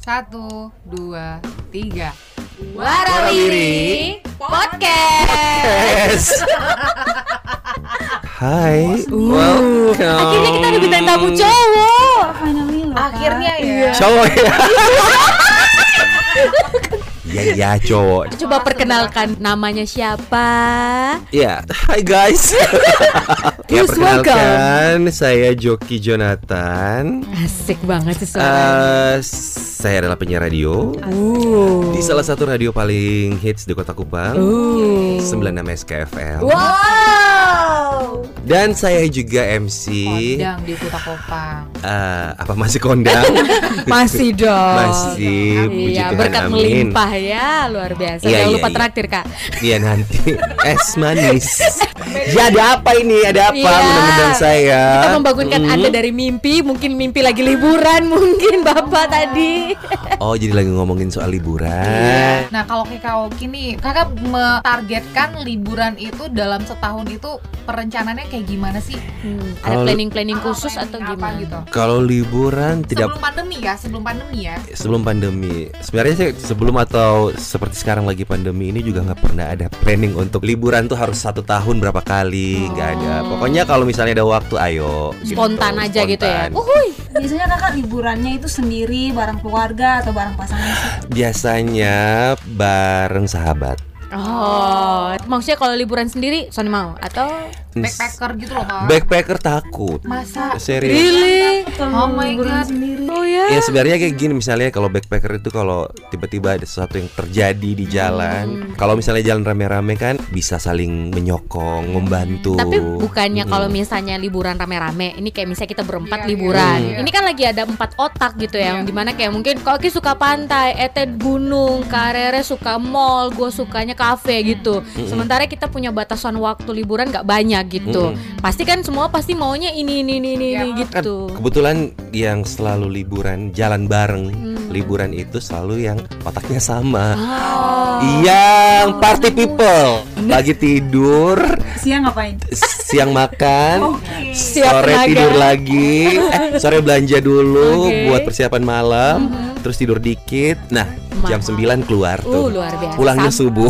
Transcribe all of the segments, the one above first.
1, 2, 3. Warawiri Podcast. Hai, welcome. Akhirnya kita ada bintang tamu cowok. Akhirnya ya. Cowok ya. Ya cowok. Coba perkenalkan namanya siapa? Ya, hai guys. Ya, perkenalkan saya Joki Jonathan. Asik banget sih suaranya. Saya adalah penyiar radio di salah satu radio paling hits di Kota Kupang, 96 SKFM. Wow. Dan saya juga MC. Kondang di Kota Kopang. Apa masih kondang? Masih dong. Masih, puji Iya, Tuhan, berkat amin. melimpah ya, luar biasa. Iya, Jangan iya, lupa iya. traktir, Kak. Iya nanti es manis. Ya ada apa ini? Ada apa? Iya. Mudah-mudahan saya Kita membangunkan Anda dari mimpi, mungkin mimpi lagi liburan, mungkin Bapak tadi. Oh jadi lagi ngomongin soal liburan. Nah kalau kayak Kak Oki nih, kakak mentargetkan liburan itu dalam setahun itu perencanaannya kayak gimana sih? Ada Kalau- planning khusus Planning atau apa gimana? gitu? Kalau liburan tidak Sebelum pandemi ya, sebelum pandemi. Sebenarnya sih sebelum atau seperti sekarang lagi pandemi ini juga nggak pernah ada planning untuk liburan tuh harus 1 tahun berapa kali, nggak ada. Pokoknya kalau misalnya ada waktu, ayo. Spontan gitu, aja gitu ya. spontan. Uhuy. Biasanya kakak liburannya itu sendiri, bareng keluarga atau bareng pasangan sih? Biasanya bareng sahabat. Oh, maksudnya kalau liburan sendiri Sony mau atau backpacker gitu loh Kak. Backpacker takut. Masa? Serius. really? Oh my liburan God. sendiri. Oh ya. Ya sebenarnya kayak gini, misalnya kalau backpacker itu kalau tiba-tiba ada sesuatu yang terjadi di jalan, kalau misalnya jalan rame-rame kan bisa saling menyokong, membantu. Tapi bukannya kalau misalnya liburan rame-rame, ini kayak misalnya kita berempat Iya, liburan. iya. Ini kan lagi ada 4 otak gitu ya, yang dimana kayak mungkin Kak Oki suka pantai, Ete gunung, Kak Rere suka mall, gue sukanya kafe gitu. Sementara kita punya batasan waktu liburan nggak banyak gitu. Pasti kan semua pasti maunya ini kan gitu. kebetulan yang selalu liburan jalan bareng, liburan itu selalu yang otaknya sama. Yang party people, pagi tidur, Siang ngapain? siang makan, Siap sore tenaga. tidur lagi, sore belanja dulu Oke. buat persiapan malam, terus tidur dikit. Nah, jam 9 keluar tuh. Luar biasa. Pulangnya subuh.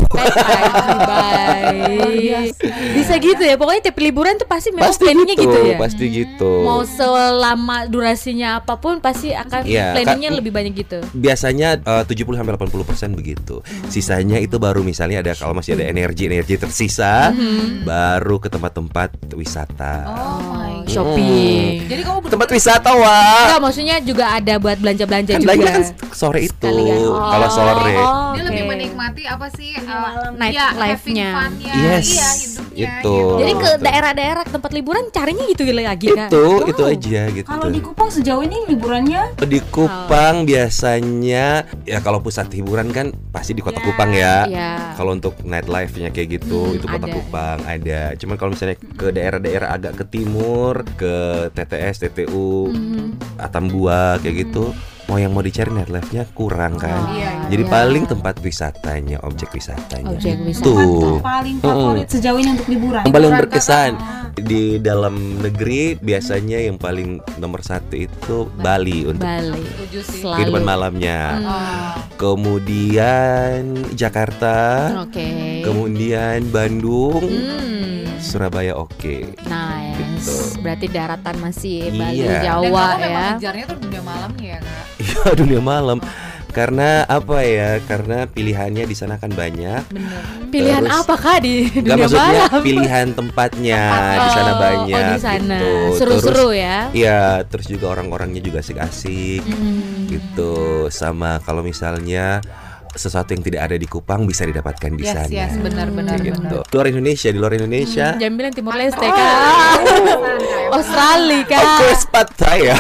Baik. Bisa gitu ya. Pokoknya tiap liburan tuh pasti memang Pasti planningnya gitu ya. pasti gitu. Mau selama durasinya apapun pasti akan Iya, planningnya Kak. lebih banyak gitu. Biasanya 70-80% begitu. Sisanya itu baru misalnya ada kalau masih ada energi tersisa, baru ke tempat-tempat wisata. Oh my God. Shopping. Jadi kamu Tempat wisata wah. Enggak, maksudnya juga ada buat belanja-belanja Kan juga. banyak kan sore itu. Sekalian. Kalau sore. dia lebih oke. menikmati apa sih Night ya, life-nya. having fun-nya, Yes, iya, hidupnya itu. gitu. Jadi ke Betul. daerah-daerah tempat liburan carinya gitu lagi kan. Itu aja gitu. Kalau di Kupang sejauh ini liburannya Di Kupang biasanya ya kalau pusat hiburan kan pasti di Kota Kupang ya. Iya. Kalau untuk nightlife-nya kayak gitu itu Kota ada. Kupang ada. Cuman kalau misalnya ke daerah-daerah agak ke timur, ke TTS, TTU, Atambua kayak gitu, yang mau dicari nightlife-nya kurang kan. Iya, Jadi iya. paling tempat wisatanya, objek wisatanya. Objek wisata. Tuh. paling favorit sejauh ini untuk liburan? Yang paling Liburan berkesan di dalam negeri biasanya yang paling nomor 1 itu Bali untuk Bali. Setuju sih. Selalu. kehidupan malamnya. Oh. Kemudian Jakarta, Oke. kemudian Bandung, Nice. Surabaya Gitu. Berarti daratan masih Bali, Iya. Dan Jawa kamu memang ya. ngejarnya tuh dunia malamnya ya Kak. Iya dunia malam. Karena apa ya? Karena pilihannya di sana kan banyak. Bener. Pilihan Terus- apa kah di Enggak dunia maksudnya malam? pilihan tempatnya di sana banyak. Oh, di sana. Gitu. Seru-seru Terus, ya. Iya, terus juga orang-orangnya juga asik-asik gitu. Sama kalau misalnya sesuatu yang tidak ada di Kupang bisa didapatkan di sana. Yes, benar-benar. Kayak gitu. Di luar Indonesia. Jangan bilang Timor Leste kan. Australia kan. Of course Pad Thai ya.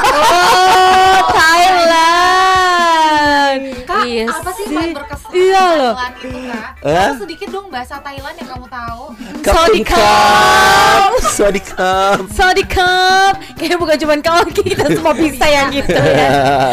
Oh, Thailand. Kak, Iya apa sih yang paling berkesan Iya di loh. Thailand itu Kak? Hah? Kamu sedikit dong bahasa Thailand yang kamu tahu. Sodikap. Sodikap. Sodikap. Kayaknya bukan cuma kau, kita semua bisa yang gitu ya.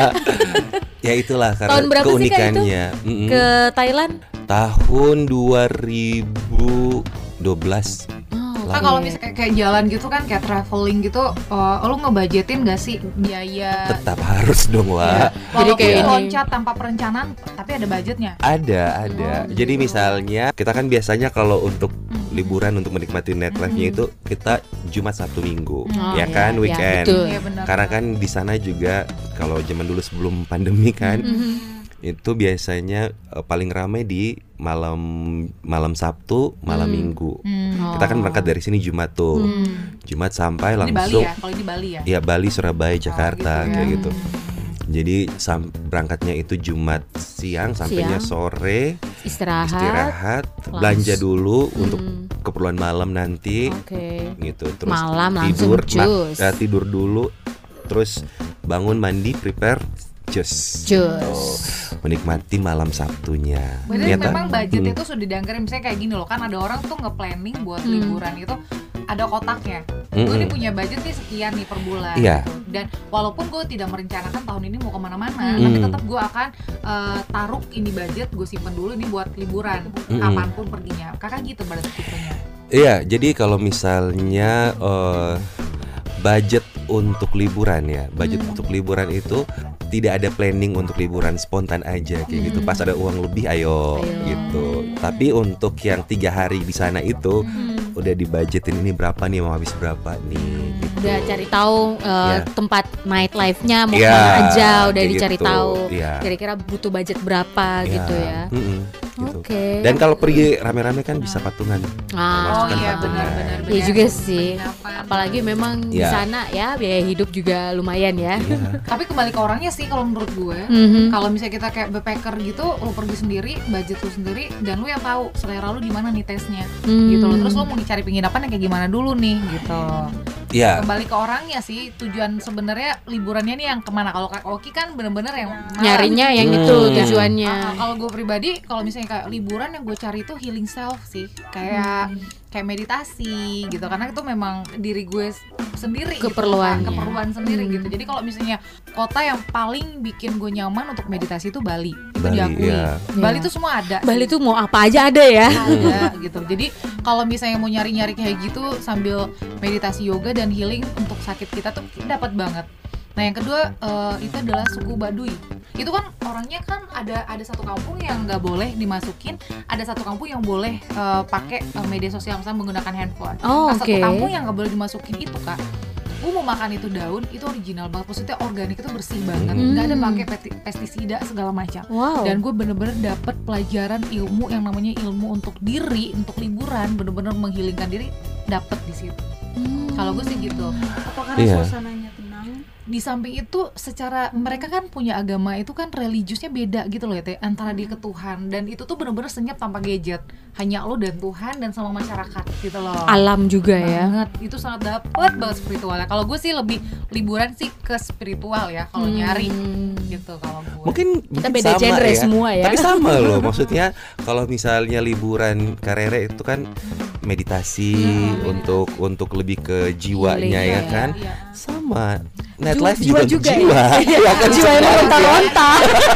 Ya itulah karena Tahun berapa sih, Kak, itu? keunikannya. Ke Thailand. Tahun 2012. Oh, Kan kalau misalnya kayak jalan gitu kan, kayak traveling gitu, lu ngebudgetin gak sih biaya? Tetap harus dong, Wak. Jadi kayak ini. loncat tanpa perencanaan, tapi ada budgetnya. Ada. Jadi misalnya kita kan biasanya kalau untuk liburan untuk menikmati nightlife-nya itu kita Jumat, Sabtu, Minggu, ya kan, weekend. betul. Iya benar. Karena kan di sana juga kalau zaman dulu sebelum pandemi kan, itu biasanya paling ramai di malam Sabtu, malam Minggu. Kita kan berangkat dari sini Jumat tuh, Jumat sampai Di Bali langsung. ya, kalau di Bali ya. Ya Bali, Surabaya, Jakarta gitu ya. kayak gitu. Jadi berangkatnya itu Jumat siang, sampainya sore, istirahat, belanja dulu untuk keperluan malam nanti. Oke. Gitu. Terus Malam tidur, langsung cus. tidur dulu, terus bangun, mandi, prepare, cus. Menikmati malam Sabtunya. Berarti Ternyata, memang budget itu sudah dianggarin, misalnya kayak gini loh, kan ada orang tuh nge-planning buat liburan itu ada kotaknya. Gue nih punya budget nih sekian nih per bulan Iya. gitu. Dan walaupun gue tidak merencanakan tahun ini mau kemana-mana, tapi tetap gue akan taruh ini budget, gue simpen dulu ini buat liburan, kapanpun perginya. Kakak gitu berarti tipenya. Iya, jadi kalau misalnya budget untuk liburan ya, untuk liburan itu tidak ada planning untuk liburan, spontan aja kayak gitu. Pas ada uang lebih, ayo gitu. Tapi untuk yang 3 hari di sana itu udah dibudgetin, ini berapa nih, mau habis berapa nih gitu. Udah cari tahu tempat nightlife-nya mau Iya, kemana aja, udah kayak dicari gitu. tahu. Iya. Kira-kira butuh budget berapa gitu ya. Gitu. Oke. Dan kalau pergi rame-rame kan bisa patungan. Ah, Masukkan iya, patungan. benar. Iya juga sih. Penginapan. Apalagi memang di Iya. sana ya biaya hidup juga lumayan ya. Iya. Tapi kembali ke orangnya sih kalau menurut gue. Kalau misalnya kita kayak backpacker gitu, lu pergi sendiri, budget lu sendiri, dan lu yang tahu selera lu di mana nih tesnya, gitu loh. Terus lu mau cari penginapan yang kayak gimana dulu nih, gitu. Iya. Kembali ke orangnya sih, tujuan sebenarnya liburannya nih yang kemana? Kalau Kak Oki kan bener-bener yang Nyarinya yang itu tujuannya. kalau gue pribadi, kalau misalnya kayak liburan yang gue cari itu healing self sih, kayak meditasi gitu, karena itu memang diri gue sendiri Keperluannya. gitu, keperluan sendiri gitu. Jadi kalau misalnya kota yang paling bikin gue nyaman untuk meditasi itu Bali, itu Bali, diakui. iya. Bali tuh semua ada. Bali tuh mau apa aja ada ya. Ada gitu. Jadi kalau misalnya mau nyari-nyari kayak gitu sambil meditasi, yoga dan healing untuk sakit kita tuh dapat banget. Nah yang kedua itu adalah suku Baduy. Itu kan orangnya kan ada satu kampung yang nggak boleh dimasukin, ada satu kampung yang boleh pakai media sosial misalnya menggunakan handphone. Oh, Nah, satu oke. kampung yang nggak boleh dimasukin itu Kak. Gue mau makan itu daun, itu original banget, maksudnya organik, itu bersih banget, nggak ada pakai pestisida segala macam. Wow. Dan gue bener-bener dapet pelajaran ilmu yang namanya ilmu untuk diri, untuk liburan, bener-bener menghilangkan diri, dapet di situ. Kalau gue sih gitu. Apa karena Iya. suasananya tenang? Di samping itu secara mereka kan punya agama itu kan religiusnya beda gitu loh ya Teh, antara dia ke Tuhan, dan itu tuh bener-bener senyap tanpa gadget, hanya lo dan Tuhan dan sama masyarakat gitu loh. Alam juga ya. Banget, itu sangat dapet banget spiritualnya. Kalau gue sih lebih liburan sih ke spiritual ya, kalau nyari gitu kalau gue. Mungkin beda sama genre ya. semua ya. Tapi sama loh, maksudnya kalau misalnya liburan Karere itu kan meditasi untuk lebih ke jiwanya Healing, ya ya. kan. Iya. Sama nightlife Jiwa juga untuk juga jiwa. ya. Iya kan, Jiwa yang sebenarnya. lonta-lonta.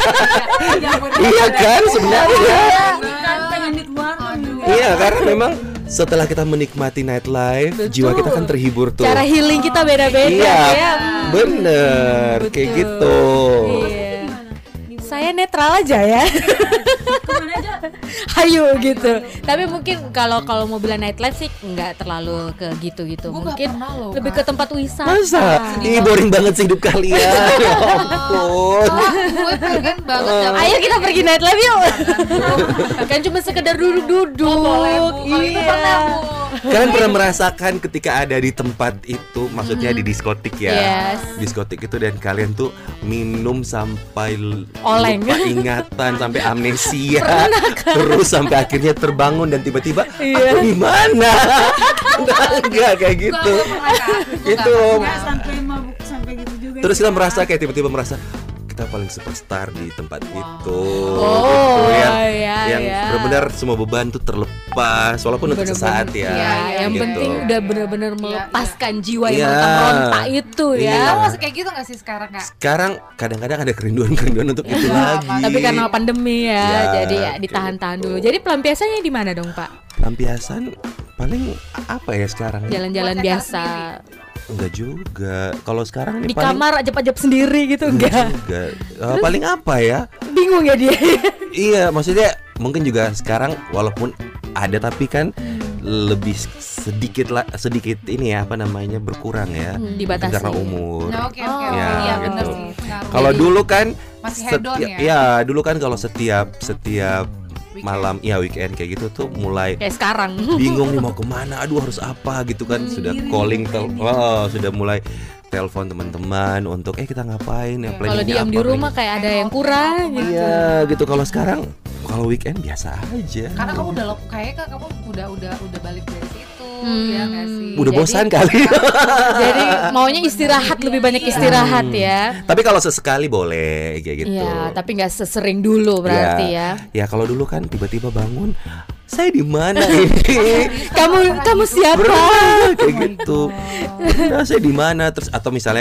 Iya kan sebenarnya. Kan pengen dikeluarkan juga. Iya karena memang setelah kita menikmati nightlife, Betul. jiwa kita kan terhibur tuh. Cara healing kita beda-beda Iya, ya. bener, kayak Betul. gitu. Iya. Saya netral aja ya. Kemana aja? Ayo gitu. Tapi mungkin kalau mau bilang nightlife sih nggak terlalu ke gitu-gitu. Gue nggak Mungkin pernah loh, lebih Kak. ke tempat wisata. Masa? Ih boring banget sih hidup kalian. Ya ampun. Gue pengen banget dapet. Ayo kita pergi nightlife yuk. Kan cuma sekedar duduk-duduk. Boleh Bu, kalau itu pernah Bu. Kalian pernah merasakan ketika ada di tempat itu, maksudnya di diskotik ya, Yes. diskotik itu, dan kalian tuh minum sampai Oleng. lupa ingatan, sampai amnesia, terus sampai akhirnya terbangun dan tiba-tiba aku di mana? Enggak kayak gitu. Gue pernah Kak. Gue Itu. nggak Nggak sampai mabuk sampai gitu juga. Terus sih, kita Kak. merasa kayak tiba-tiba merasa kita paling superstar di tempat itu. Oh, gitu. Yang, iya, yang iya. benar-benar semua beban tuh terlepas, walaupun untuk sesaat ya. Iya, Yang gitu. penting udah benar-benar melepaskan jiwa yang Iya. meronta itu ya. Iya. Kamu masih kayak gitu gak sih sekarang Kak? Sekarang kadang-kadang ada kerinduan-kerinduan untuk itu lagi. Tapi karena pandemi ya, Ya, jadi ya ditahan-tahan dulu. Jadi pelampiasannya di mana dong Pak? pelampiasan Paling apa ya sekarang? Jalan-jalan Buat secara biasa. Enggak juga. Kalau sekarang Di nih paling kamar ajap-ajap sendiri gitu enggak? juga. Paling apa ya? Bingung ya dia. Iya, maksudnya mungkin juga sekarang walaupun ada tapi kan lebih sedikit ini ya, apa namanya, berkurang ya. Dibatasi. Karena umur. Nah, oke Oh, iya ya, benar gitu. sih. Pengaruh. Kalau Jadi, dulu kan masih hedon ya? ya dulu kan kalau setiap Weekend. malam ya weekend kayak gitu tuh mulai Kayak sekarang. bingung nih mau kemana, aduh harus apa gitu kan, sudah calling sudah mulai telepon teman-teman untuk kita ngapain ya, Kalau planningnya diam di apa, rumah kayak ada yang kurang gitu. iya gitu. Kalau sekarang kalau weekend biasa aja. Karena kamu udah kayaknya kamu udah balik dari situ, ya nggak sih? Udah Jadi- bosan kali. Jadi maunya istirahat, lebih banyak istirahat ya. Tapi kalau sesekali boleh kayak gitu. Iya, tapi nggak sesering dulu berarti ya. Ya kalau dulu kan tiba-tiba bangun, saya di mana ini? Kamu siapa? Berenang, kayak gitu. Nah, saya di mana? Terus atau misalnya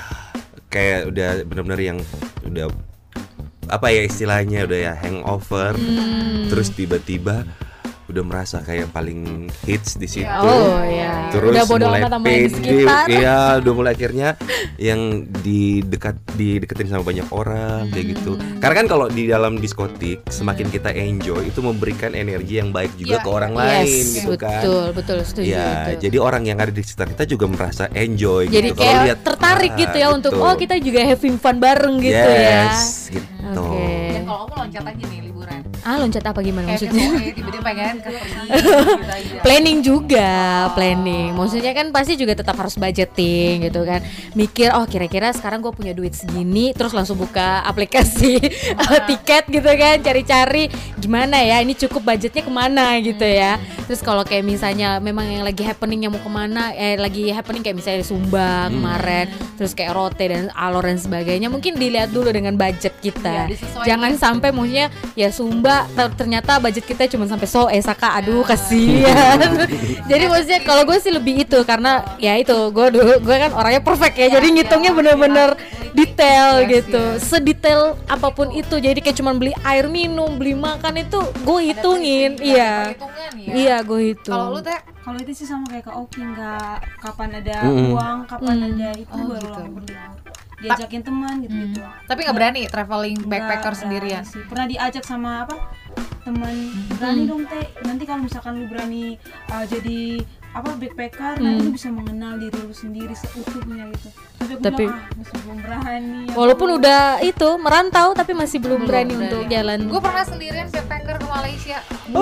kayak udah benar-benar yang udah apa ya istilahnya, udah ya hangover. Terus tiba-tiba udah merasa kayak paling hits di situ. Oh ya. Terus Udah bodo mulai amat sama yang di pede, sekitar. iya, udah mulai akhirnya yang dideketin sama banyak orang kayak gitu. Karena kan kalau di dalam diskotik semakin kita enjoy itu memberikan energi yang baik juga Iya, ke orang Yes, lain gitu kan. betul, setuju Ya, itu. jadi orang yang ada di sekitar kita juga merasa enjoy Jadi gitu. Kalau kayak lihat, tertarik gitu ya untuk betul. kita juga having fun bareng gitu ya. Yes, gitu. Oke. Dan kalau kamu loncat aja nih liburan. Loncat apa gimana Kayak maksudnya? kayak tiba-tiba pengen ke pergi gitu aja. Planning juga, planning. Maksudnya kan pasti juga tetap harus budgeting gitu kan. Mikir, kira-kira sekarang gue punya duit segini, terus langsung buka aplikasi tiket gitu kan, cari-cari gimana ya, ini cukup budgetnya kemana gitu ya. Terus kalau kayak misalnya memang yang lagi happeningnya mau kemana, lagi happening kayak misalnya Sumba kemarin, terus kayak Rote dan Alor dan sebagainya, mungkin dilihat dulu dengan budget kita. Iya, disesuaikan. Jangan sampai maksudnya ya Sumba ternyata budget kita cuma sampai Saka, aduh kasihan. Jadi maksudnya kalau gue sih lebih itu, karena ya itu gue kan orangnya perfect ya, jadi ngitungnya bener-bener detail gitu, sedetail apapun itu. Jadi kayak cuma beli air minum, beli makan itu gue hitungin, iya, Perhitungan ya. iya gue hitung. Kalau lu Teh, Kalau itu sih sama kayak Kak Oki, nggak kapan ada Mm-mm. uang, kapan ada itu Oh, baru gitu. lah pergi. Diajakin teman gitu-gitu. tapi nggak berani traveling backpacker Nggak sendirian. berani sih. Pernah diajak sama teman, berani dong Teh. Nanti kalau misalkan lu berani jadi backpacker, nanti lu bisa mengenal diri lu sendiri seutuhnya gitu. Tapi aku bilang, masih belum berani. ya Walaupun Allah." udah itu merantau tapi masih belum berani untuk jalan. Gue pernah sendirian backpacker ke Malaysia.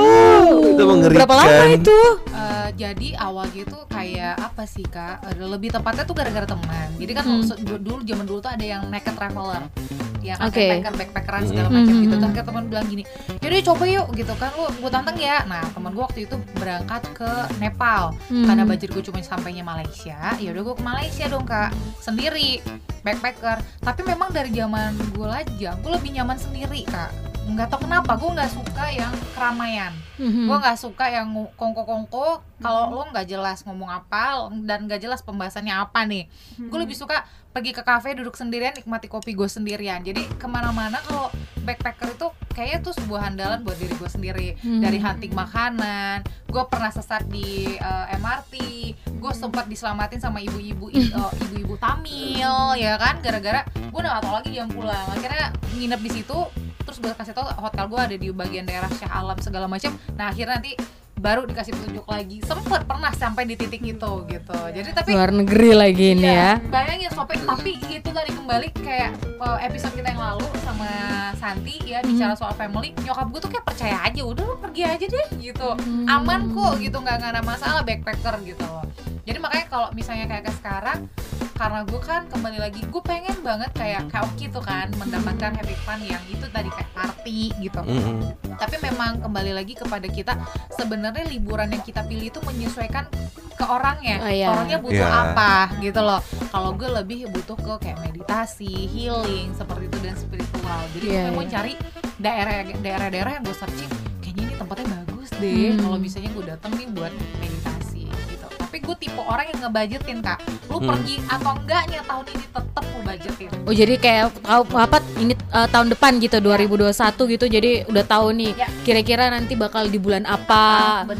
Itu mengerikan. Berapa lama itu? Jadi awal gitu kayak apa sih Kak? Lebih tepatnya tuh gara-gara teman. Jadi kan dulu zaman dulu tuh ada yang naked traveler, yang Oke. backpackeran segala macam gitu. Terus kayak teman bilang gini, yaudah coba yuk gitu kan, lu gue tantang ya. Nah teman gue waktu itu berangkat ke Nepal karena budget gue cuma sampainya Malaysia. Ya udah gue ke Malaysia dong Kak, sendiri backpacker. Tapi memang dari zaman gue lajang, gue lebih nyaman sendiri Kak. Nggak tahu kenapa, gue nggak suka yang keramaian. Gue nggak suka yang kongko-kongko. Kalau lo nggak jelas ngomong apa dan nggak jelas pembahasannya apa nih, gue lebih suka pergi ke kafe, duduk sendirian, nikmati kopi gue sendirian. Jadi kemana-mana kalau backpacker itu kayaknya tuh sebuah andalan buat diri gue sendiri. Dari hunting makanan, gue pernah sesat di MRT, gue sempat diselamatin sama ibu-ibu Tamil, ya kan, gara-gara gue udah gak tau lagi jam pulang. Akhirnya nginep di situ. Terus gue kasih tau hotel gue ada di bagian daerah Shah Alam segala macam. Nah akhirnya nanti baru dikasih petunjuk lagi. Sempet pernah sampai di titik itu gitu. Jadi tapi Luar negeri lagi ini ya. bayangin tapi itu tadi kembali kayak episode kita yang lalu sama Santi ya, bicara soal family. Nyokap gue tuh kayak percaya aja, udah lu pergi aja deh gitu, aman kok gitu, nggak ada masalah backpacker gitu loh. Jadi makanya kalau misalnya kayak sekarang, karena gue kan kembali lagi, gue pengen banget kayak Oki tuh kan mendapatkan happy fun yang itu tadi kayak party gitu. Tapi memang kembali lagi kepada kita, sebenarnya liburan yang kita pilih itu menyesuaikan ke orangnya. Oh, iya. Orangnya butuh Iya. apa gitu loh. Kalau gue lebih butuh ke kayak meditasi, healing seperti itu dan spiritual. Jadi Iya, gue mau iya. cari daerah-daerah yang gue searching, kayaknya ini tempatnya bagus deh. Kalau misalnya gue dateng nih buat meditasi gitu. Tapi gue tipe orang yang ngebudgetin Kak. Lu pergi atau enggaknya tahun ini tetep mau budgetin. Oh jadi kayak tahu apa ini tahun depan gitu 2021 gitu, jadi udah tahu nih Ya. kira-kira nanti bakal di bulan apa. Bener.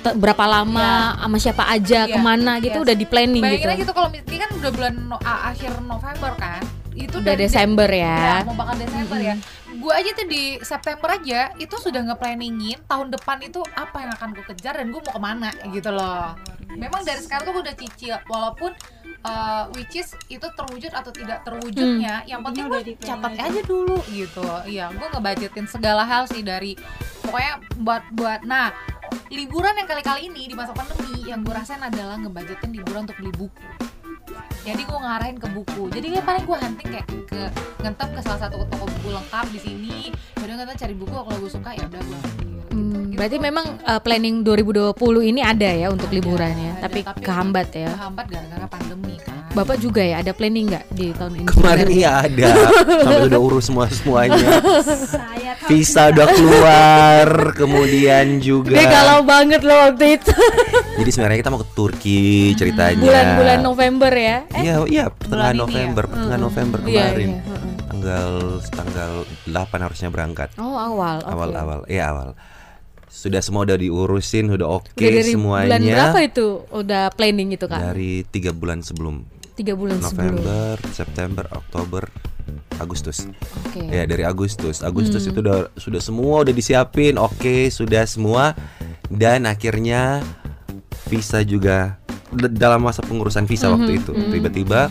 berapa lama, sama siapa aja, Iya. kemana gitu, Yes. udah di planning Bayangin gitu. aja gitu kalau ini kan udah bulan akhir November kan, itu Udah Desember ya, ya. mau bakal Desember ya. Gue aja tuh di September aja itu sudah nge-planningin tahun depan itu apa yang akan gue kejar dan gue mau kemana gitu loh. Memang dari sekarang tuh gue udah cicil, walaupun which is itu terwujud atau tidak terwujudnya, yang penting Udah gue di-plan catat aja. aja dulu gitu. Iya, gue ngebudgetin segala hal sih, dari pokoknya buat nah liburan yang kali-kali ini di masa pandemi yang gue rasain adalah ngebudgetin liburan untuk beli buku. Jadi gue ngarahin ke buku. Jadi ya paling gue hunting kayak ke ngentep ke salah satu toko buku lengkap di sini. Udah ngentep cari buku, kalau gue suka ya udah gue ambil. Berarti memang planning 2020 ini ada ya untuk liburan ya, Ada, tapi kehambat ya. Kehambat gara-gara pandemi kan. Bapak juga ya ada planning nggak di tahun ini? Kemarin sebenarnya? iya ada, sampai udah urus semuanya. Saya tahu Visa udah keluar, kemudian juga. Dia galau banget loh waktu itu. Jadi sebenarnya kita mau ke Turki ceritanya. Bulan-bulan November ya. Iya, pertengahan bulan ini ya? November, pertengahan November Iya, kemarin. iya, heeh. Tanggal 8 harusnya berangkat. Oh awal. oke. Awal. Sudah semua udah diurusin, udah oke Udah dari semuanya. bulan berapa itu udah planning itu kan? Dari 3 bulan sebelum. 3 bulan sebelum. November, September, Oktober, Agustus. Oke. Ya dari Agustus itu sudah semua udah disiapin, oke sudah semua, dan akhirnya visa juga dalam masa pengurusan visa waktu itu tiba-tiba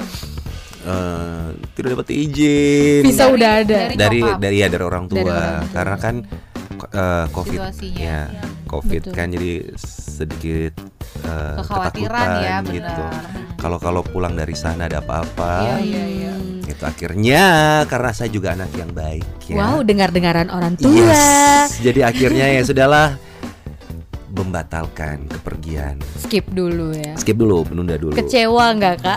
tidak dapat izin Visa udah ada. Dari nyokap. dari orang tua, Dari orang tua. karena kan COVID Situasinya. ya, COVID Betul. kan jadi sedikit Kekhawatiran ketakutan ya, gitu. benar. Kalau pulang dari sana ada apa-apa. Iya. Itu akhirnya karena saya juga anak yang baik ya. Wow, dengar-dengaran orang tua. Yes. Jadi akhirnya ya sudahlah, membatalkan kepergian. Skip dulu ya. Skip dulu, menunda dulu. Kecewa nggak kak?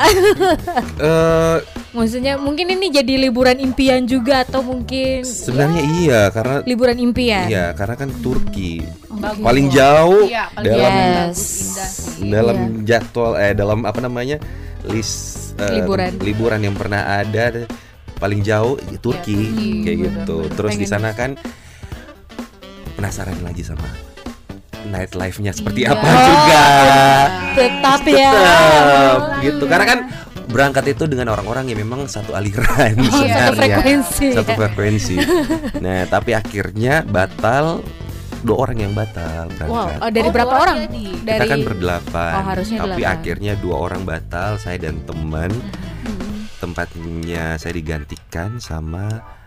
Eh, Maksudnya mungkin ini jadi liburan impian juga atau mungkin sebenarnya iya karena liburan impian. iya karena kan Turki Bagus paling loh. jauh Iya, paling dalam Yes. bagus, indah sih. dalam jadwal dalam apa namanya list Liburan. yang pernah ada paling jauh Turki Turki, kayak benar-benar. gitu. Terus di Pengen. sana kan penasaran lagi sama nightlife-nya seperti Iya. apa juga. Tetap ya. Tetap gitu. Karena kan berangkat itu dengan orang-orang yang memang satu aliran Oh, satu sebenarnya. frekuensi. Satu frekuensi. Nah, tapi akhirnya batal, 2 orang yang batal Wow, berangkat. dari Oh, berapa dua orang? jadi. Kita Dari kan berdelapan. Oh, harusnya tapi 8. akhirnya 2 orang batal, saya dan teman. Tempatnya saya digantikan sama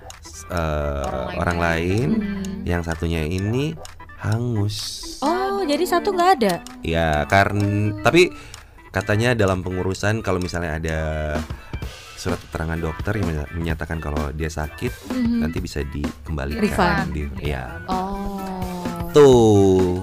orang lain. Yang satunya ini hangus. Oh, jadi satu nggak ada. Ya, karena tapi katanya dalam pengurusan kalau misalnya ada surat keterangan dokter yang menyatakan kalau dia sakit, nanti bisa dikembalikan. Refund. Ya. Oh. Tuh.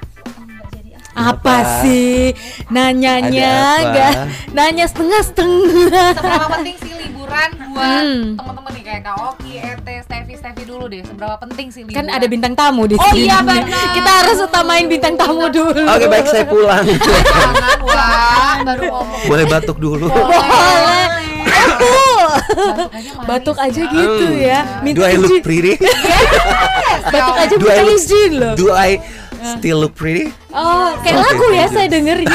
Apa sih? Nanyanya Ada apa? enggak? Nanya setengah-setengah. Seberapa penting sih liburan buat Hmm. teman-teman nih kayak Kak Oki, Ete, Steffi dulu deh. Seberapa penting sih liburan? Kan ada bintang tamu di Oh sini. iya, benar. Kita harus utamain bintang tamu dulu. Oke, baik, saya pulang. Jangan, wah, baru ngomong. Boleh batuk dulu. Boleh. Batuk aja manis. Batuk aja gitu ya. Do I look izin. pretty? Batuk aja Do I minta look- izin loh. Do I still look pretty? Oh, kayak Oke, lagu ya thank you. saya dengernya.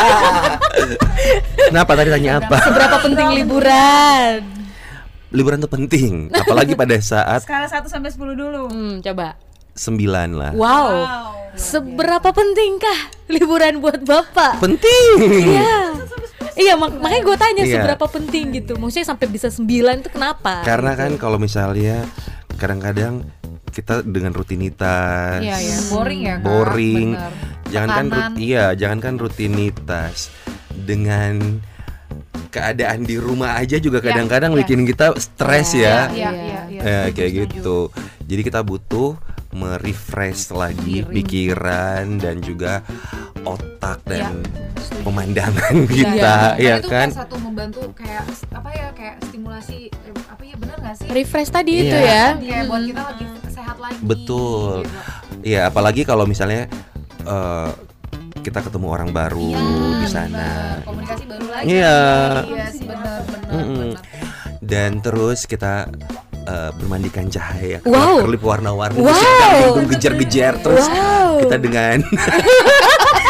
Kenapa tadi tanya apa? Seberapa penting liburan? Liburan tuh penting, apalagi pada saat skala 1 sampai 10 dulu. Coba. 9 lah. Wow. Seberapa pentingkah liburan buat Bapak? Penting. Iya. Iya, makanya gue tanya Iya. seberapa penting gitu. Maksudnya sampai bisa 9 itu kenapa? Karena kan kalau misalnya kadang-kadang kita dengan rutinitas. Iya, iya. Boring ya, Kak? Boring. Bener. Jangankan Tekanan. jangankan rutinitas, dengan keadaan di rumah aja juga Ya, kadang-kadang ya. bikin kita stres ya. Iya, iya, iya. Kayak gitu. Jadi kita butuh merefresh lagi Diri. pikiran dan juga otak dan setuju. pemandangan Iya, kita, iya. ya Itu kan? satu membantu kayak apa ya, kayak stimulasi apa ya, bener nggak sih? refresh tadi Iya. itu ya. Kayak buat kita lagi sehat lagi. Betul. gitu. Iya, apalagi kalau misalnya kita ketemu orang baru Iya, di sana. bener. Komunikasi baru lagi. Iya. Iya sih, benar. Mm-mm. Dan terus kita bermandikan cahaya Wow. kerlip warna-warni Wow. terus gejar-gejar terus Wow. kita dengan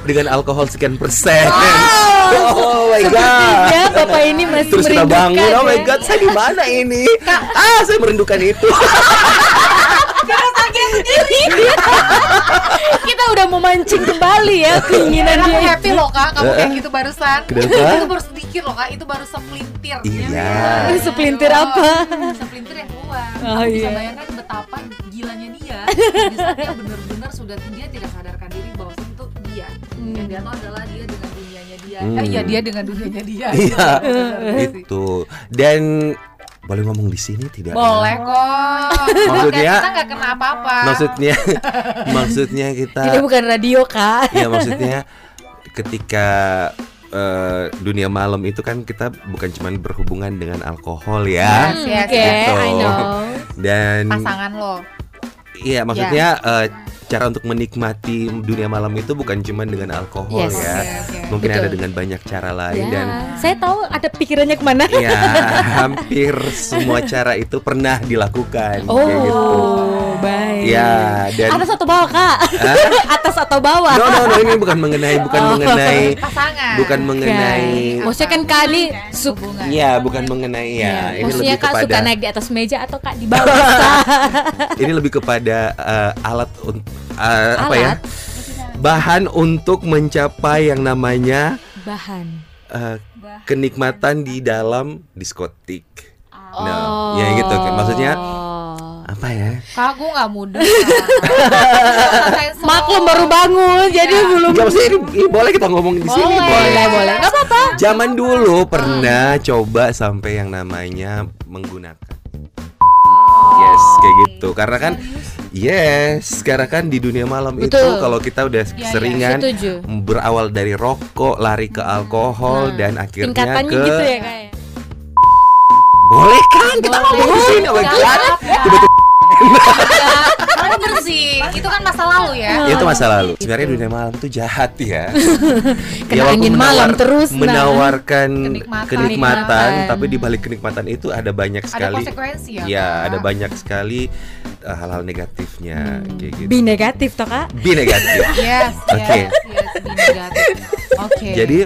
dengan alkohol sekian persen. Oh my god. Ya, Bapak ini masih Terus kita merindukan bangun, oh my ya. god, saya di mana ini? Saya merindukan itu. Kita udah memancing kembali ya keinginan Dan aku dia. happy loh kak, kamu kayak gitu barusan. Kenapa? Itu baru sedikit loh kak, itu baru sepelintir. Iya. Sepelintir apa? Sepelintir yang keluar. Oh, Aku bisa iya. bayangkan betapa gilanya dia. Di saat dia benar-benar sudah dia tidak sadarkan diri bahwa itu dia. Yang dia tahu adalah dia dengan dunianya dia. Iya dia dengan dunianya dia. Iya. Itu. Itu. Dan boleh ngomong di sini tidak? Boleh kok. Maksudnya- kita nggak kena apa-apa. Maksudnya kita Ini bukan radio, Kak. ya maksudnya ketika dunia malam itu kan kita bukan cuma berhubungan dengan alkohol ya. Yes, Oke, yes. I know. Dan Pasangan lo. iya maksudnya cara untuk menikmati dunia malam itu bukan cuma dengan alkohol Yes. ya. Oke. Mungkin Betul. ada dengan banyak cara lain Ya, dan saya tahu ada pikirannya kemana. ya hampir semua cara itu pernah dilakukan kayak gitu. Oh, baik. Ya, dan Atas atau bawah, Kak? Atas atau bawah? no, ini bukan mengenai Pasangan. bukan mengenai Maksudnya kan Kak ini hubungan. ya, bukan mengenai ya. Ini maksudnya lebih Kak suka kepada naik di atas meja atau Kak di bawah? Kak? ini lebih kepada alat apa ya? Alat? Bahan untuk mencapai yang namanya Bahan. kenikmatan di dalam diskotik. Oh. Nah, ya gitu. Maksudnya apa ya? Kak, gue nggak mudah. Maklum baru bangun, jadi belum. Enggak, maksudnya ini boleh kita ngomong di sini, Boleh. Nggak apa-apa. Zaman dulu pernah coba sampai yang namanya menggunakan. Yes, kayak gitu. Karena kan karena kan di dunia malam itu Betul. kalau kita udah keseringan setuju. berawal dari rokok, lari ke alkohol dan akhirnya Tingkatannya ke gitu ya Kak. boleh kan kita ngomong di sini, oh my God. Kamu bersih. Itu kan masa lalu ya. Ya, itu masa lalu. Sebenarnya dunia malam itu jahat ya. Kena walaupun angin malam terus, nah. menawarkan Kenikmatan. kenikmatan, tapi di balik kenikmatan itu ada banyak Ada sekali. konsekuensi ya. Ya, Kak? ada banyak sekali hal-hal negatifnya kayak gitu. Bi negatif toh Kak? Bi negatif. Yes, Oke. yes, be negatif. Oke. Jadi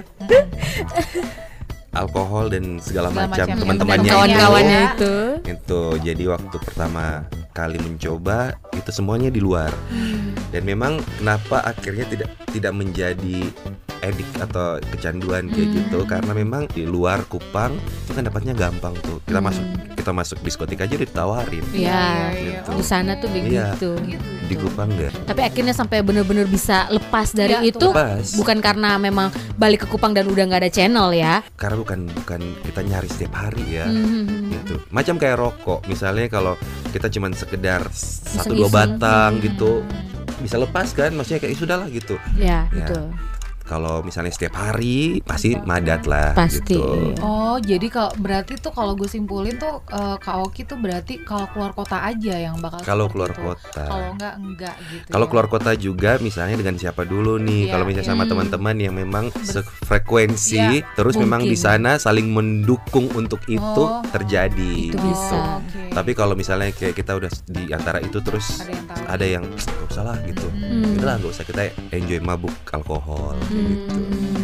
alkohol dan segala macam macam. Dan teman-temannya kawan-kawannya Ya. itu. jadi waktu pertama kali mencoba itu semuanya di luar. Dan memang kenapa akhirnya tidak menjadi edik atau kecanduan kayak gitu, karena memang di luar Kupang itu kan dapatnya gampang tuh. Kita masuk diskotik aja udah ditawarin. Iya. Gitu. Di sana tuh begitu. Di Kupang deh. Tapi akhirnya sampai bener-bener bisa lepas dari Ya, itu. Lepas. Bukan karena memang balik ke Kupang dan udah nggak ada channel ya. Karena bukan kita nyari setiap hari ya. Mhm. Gitu. Macam kayak rokok, misalnya kalau kita cuman sekedar 1-2 Iseng-iseng. batang gitu bisa lepas kan, maksudnya kayak sudahlah gitu. Ya, Ya. betul. Kalau misalnya setiap hari pasti madat lah Pasti. gitu. Oh, jadi kalau berarti tuh kalau gue simpulin tuh Kak Oki tuh berarti kalau keluar kota aja yang bakal Kalau seperti keluar itu. kota. Kalau enggak gitu. Kalau ya. keluar kota juga misalnya dengan siapa dulu nih. Iya, Kalau misalnya iya. sama teman-teman yang memang sefrekuensi, terus memang di Mungkin. sana saling mendukung untuk itu Oh. terjadi. Itu bisa. Oke. Tapi kalau misalnya kayak kita udah di antara itu terus Ada yang tahu. ada yang nggak usah lah gitu. Itulah nggak usah, kita enjoy mabuk alkohol gitu.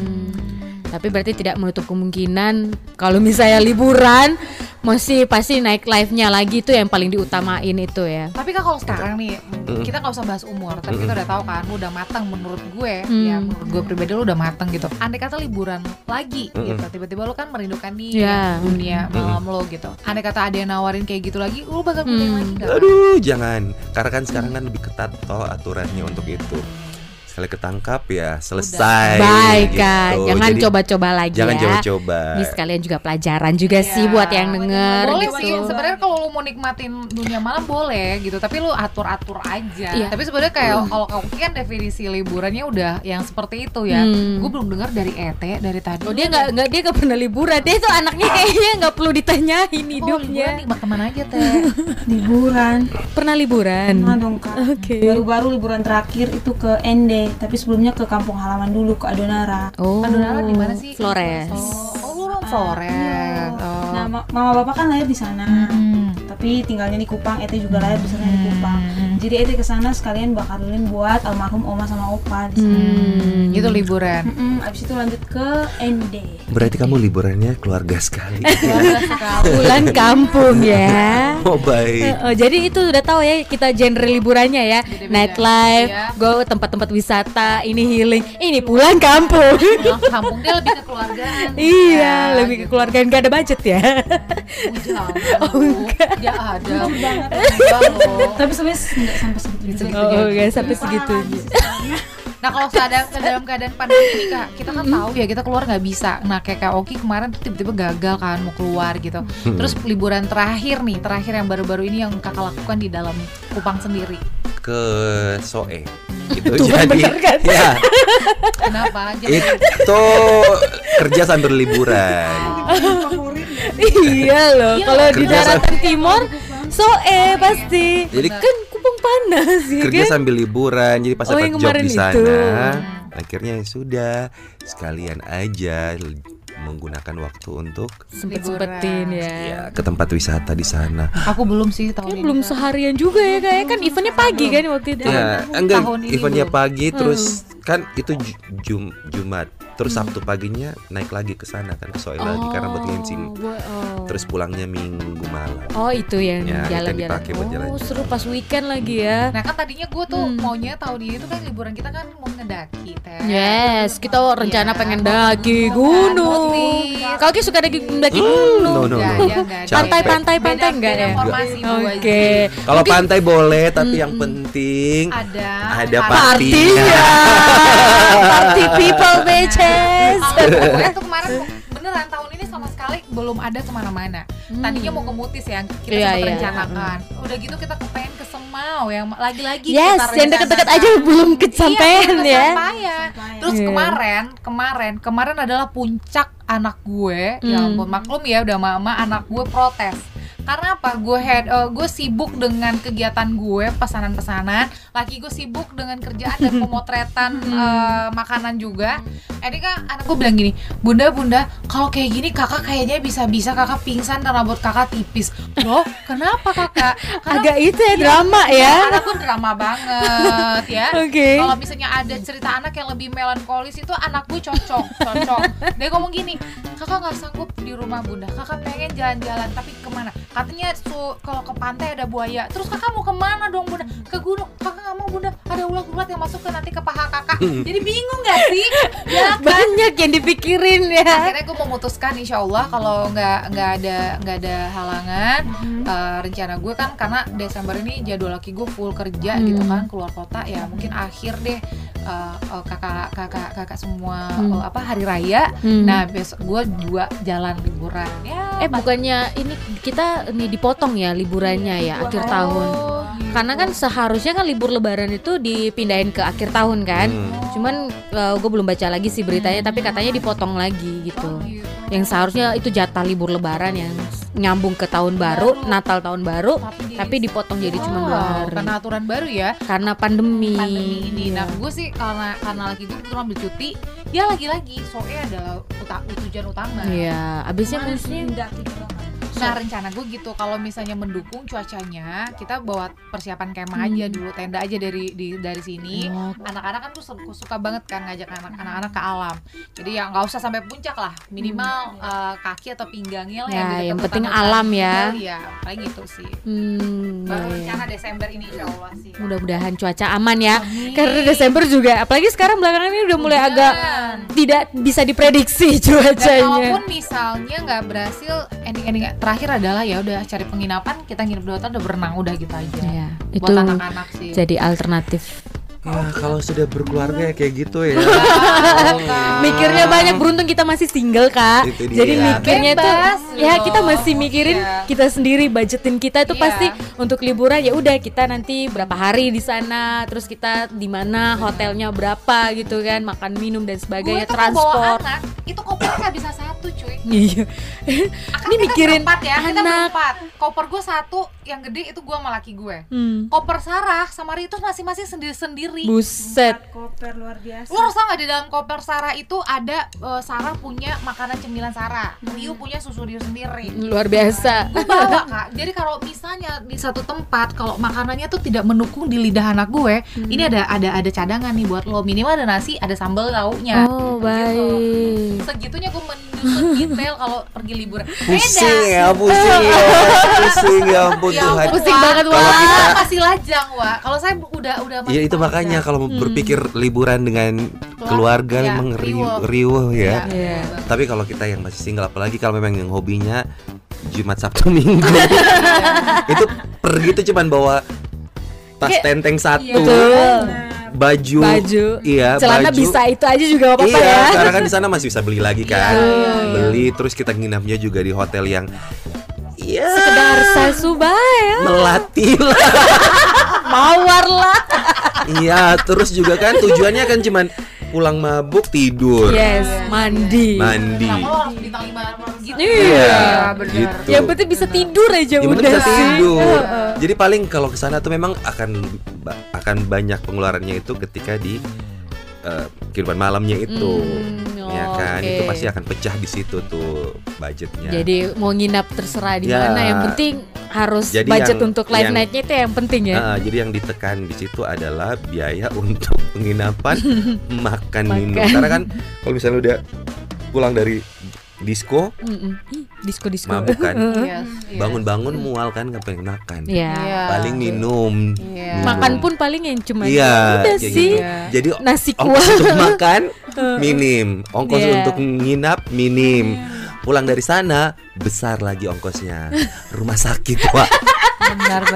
Tapi berarti tidak menutup kemungkinan kalau misalnya liburan masih pasti naik live-nya lagi itu yang paling diutamain itu ya. Tapi Kak kalau sekarang nih kita nggak usah bahas umur, tapi kita udah tahu kan, lu udah matang menurut gue, ya menurut gue pribadi lu udah matang gitu. Andai kata liburan lagi gitu, tiba-tiba lu kan merindukan nih Ya. dunia malam lo gitu. Andai kata ada yang nawarin kayak gitu lagi, lu bakal pilih lagi nggak? Aduh, jangan. Karena kan sekarang kan lebih ketat toh aturannya untuk itu. Sekali ketangkap ya selesai. Baik gitu. Kak, jangan Jadi, coba-coba lagi jangan ya. coba-coba. Ini sekalian juga pelajaran juga sih buat yang denger Boleh gitu. sih, sebenarnya kalau lu mau nikmatin dunia malam boleh gitu, tapi lu atur-atur aja. Iya. Tapi sebenarnya kayak kalau kamu kan definisi liburannya udah yang seperti itu ya. Gue belum dengar dari ET dari tadi. Oh, dia nggak pernah liburan. Dia tuh anaknya kayaknya nggak perlu ditanyain liburan hidupnya. nih, kemana aja teh? Liburan. Pernah liburan. Nah dong Kak. Oke. Baru-baru liburan terakhir itu ke Ende, tapi sebelumnya ke kampung halaman dulu ke Adonara. Oh, Adonara di mana sih? Flores. Oh, lu orang Flores. Oh. Nah, mama bapak kan lahir di sana. Tapi tinggalnya di Kupang, Ete juga lahir di sana di Kupang. jadi Ete kesana sekalian bakalin buat almarhum oma sama opa di sana. Itu liburan. Abis itu lanjut ke ND. Berarti kamu liburannya keluarga sekali. Pulang kampung ya. Oh baik. Jadi itu udah tahu ya kita genre liburannya ya. Beda-beda. Nightlife, Iya. go tempat-tempat wisata, ini healing, ini pulang kampung. Pulang ke kampung dia lebih ke keluargaan. Iya, Ya, lebih ke gitu. keluarga, nggak ada budget ya. Ya ada. Enggak loh. Tapi sebenarnya nggak sampai segitu juga. Oh, nggak sampai segitu. Nah kalau dalam keadaan pandemi ini Kak, kita kan tahu ya kita keluar nggak bisa. Nah kayak Kak Oki kemarin tuh tiba-tiba gagal kan mau keluar gitu. Terus liburan terakhir yang baru-baru ini yang Kakak lakukan di dalam Kupang sendiri. Ke Soe. Itu Tuh, jadi bener kan? ya Kenapa? itu kerja sambil liburan. Iya loh, Iya, kalau di kerja daratan timur, pasti. Jadi Kan Kupang panas ya kerja kan? sambil liburan, jadi pas Oh, dapat yang job kemarin di sana itu. akhirnya ya sudah sekalian aja menggunakan waktu untuk Sempet-sempetin ya. ya ke tempat wisata di sana. Aku belum sih tahun Kan ini. belum seharian juga ya kayak kan eventnya pagi kan waktu itu. Ya, enggak tahun ini eventnya belum. pagi terus kan itu Jumat. Terus Sabtu paginya naik lagi ke sana kan ke Soe lagi karena buat ngencing. Terus pulangnya Minggu malam. Oh itu yang Ya, itu yang jalan-jalan. dipakai buat Oh jalan-jalan. seru pas weekend lagi ya. Nah kan tadinya gue tuh maunya tahun ini tuh kan liburan kita kan mau ngedaki teh. Yes, kita rencana Iya, pengen mau- daki mau gunung. mudik. Kau Ki suka daki gunung? No. Nggak ada. Pantai Beda enggak ya? formasi Bu Aziz. Oke. Kalau pantai boleh, tapi yang penting Ada party. Party ya. Party people bitches. Kalau gue tuh kemarin beneran tahun ini sama sekali belum ada kemana-mana. Tadinya mau ke Mutis yang kita Iya, sempat iya. rencanakan. Udah gitu kita kepengen ke Semau yang lagi-lagi Yes, kita yang deket-deket rencanakan. aja belum Iya, kesampaian belum ya. kesampaian. Terus Iya. kemarin adalah puncak anak gue. Ya ampun, maklum ya udah mama anak gue protes. Karena apa? Gue sibuk dengan kegiatan gue, pesanan-pesanan. Laki gue sibuk dengan kerjaan dan pemotretan makanan juga. Ini kan anak gue bilang gini, Bunda, kalau kayak gini kakak kayaknya bisa-bisa kakak pingsan dan rambut kakak tipis. Loh, kenapa kakak? Karena Agak itu ya drama ya. anak gue drama banget ya. Oke. Kalau misalnya ada cerita anak yang lebih melankolis itu anak gue cocok. Dia ngomong gini, kakak nggak sanggup di rumah Bunda, kakak pengen jalan-jalan tapi kemana? Katanya kalau ke pantai ada buaya. Terus kakak mau kemana dong Bunda? Ke gunung. Kakak nggak mau Bunda, ada ulat-ulat yang masuk ke nanti ke paha kakak. Jadi bingung nggak sih? Ya kan? Banyak yang dipikirin ya. Akhirnya gue memutuskan insya Allah kalau nggak ada halangan, rencana gue kan karena Desember ini jadwal laki gue full kerja gitu kan, keluar kota ya mungkin akhir deh kakak semua hari raya. Nah besok gue 2 jalan liburan ya. Bukannya ini kita nih dipotong ya liburannya ya akhir tahun. Gitu. Karena kan seharusnya kan libur lebaran itu dipindahin ke akhir tahun kan. Cuman gue belum baca lagi sih beritanya tapi katanya dipotong lagi gitu. Gitu. Yang seharusnya itu jatah libur lebaran yang nyambung ke tahun baru, Natal tahun baru, tapi dipotong jadi cuma 2 hari. Karena aturan baru ya. Karena pandemi. Ini. Nah gue sih karena lagi gue kebetulan ambil cuti, ya lagi soalnya adalah tujuan utama. Iya, abisnya mestinya Mendaki juga kan. Nah rencana gue gitu kalau misalnya mendukung cuacanya kita bawa persiapan kemah aja dulu, tenda aja dari sini. Anak-anak kan tuh suka banget kan ngajak anak-anak ke alam. Jadi ya nggak usah sampai puncak lah, minimal kaki atau pinggangnya lah Ya, yang deket penting tetangga alam kita. ya. Iya paling gitu sih. Ya, Baru ya. rencana Desember ini insya Allah sih. Mudah-mudahan cuaca aman ya. Amin. Karena Desember juga, apalagi sekarang belakangan ini udah mulai agak tidak bisa diprediksi Dan cuacanya. kalaupun misalnya nggak berhasil, ending terakhir adalah ya udah cari penginapan, kita nginep di hotel udah berenang udah gitu aja. Ya, Buat itu anak-anak sih. jadi alternatif. Ya, kalau sudah berkeluarga ya kayak gitu ya. Mikirnya banyak, beruntung kita masih single kak. Itu dia. Jadi mikirnya Bebas tuh ya gitu. kita masih mikirin Iya. kita sendiri, budgetin kita itu Iya. pasti untuk liburan ya udah kita nanti berapa hari di sana, terus kita di mana, hotelnya berapa gitu kan, makan minum dan Gue sebagainya, tuh kalau bawa transport. anak, itu kopernya nggak bisa satu cuy. Iya. Kan Ini kita mikirin berempat ya, kita anak. berempat. Koper gue satu, yang gede itu gue sama laki gue. Koper Sarah sama Ritu masing-masing sendiri-sendiri. Buset. Koper luar biasa. Lo harus tau gak di dalam koper Sarah itu ada Sarah punya makanan cemilan Sarah, Riu punya susu Riu sendiri. Luar biasa. Gue bawa Kak, jadi kalau misalnya di satu tempat kalau makanannya tuh tidak mendukung di lidah anak gue, ini ada cadangan nih buat lo, minimal ada nasi, ada sambal lauknya. Oh, baik. Segitunya gue menyusun detail kalau pergi liburan. Pusing ya, pusing ya ampun Ya Tuhan. ampun, Pusing Wak. banget, Kalau Wak. kita masih lajang, Wak. Kalau saya udah Ya itu makanya kalau berpikir liburan dengan keluarga Ya, memang riwuh. riuh ya. Iya. Tapi kalau kita yang masih single, apalagi kalau memang yang hobinya Jumat Sabtu Minggu, itu pergi tuh cuman bawa tas Kayak- tenteng satu, Betul. baju, iya, Celana baju. bisa itu aja juga gak apa-apa Iya, ya. karena kan di sana masih bisa beli lagi kan. Iya. Beli terus kita nginapnya juga di hotel yang ya Sekedar salsubaya, melati lah. mawar lah. Iya, terus juga kan tujuannya kan cuman pulang mabuk tidur. Yes, mandi. Mandi. Kenapa lo harus bintang 5 gitu? Iya, benar. gitu. Yang penting bisa tidur aja Yang penting udah bisa sih. tidur. Jadi paling kalau ke sana tuh memang akan banyak pengeluarannya itu ketika di kehidupan malamnya itu. Ya kan, oke. itu pasti akan pecah di situ tuh budgetnya. Jadi mau nginap terserah di Ya. mana, yang penting harus Jadi budget yang- untuk live yang- night-nya itu yang penting ya. Jadi yang ditekan di situ adalah biaya untuk penginapan, makan, minum. Karena kan kalau misalnya udah pulang dari disco, Disco. mabuk kan, Yes, yes. bangun-bangun mual kan, nggak pengen makan. Iya. Iya. Paling minum. Iya. Makan pun paling yang cuma Iya, udah kayak sih. gitu. Jadi Nasi ongkos kuah. untuk makan minim, ongkos Iya. untuk nginap minim. Pulang dari sana besar lagi ongkosnya. Rumah sakit, Wak. Benar.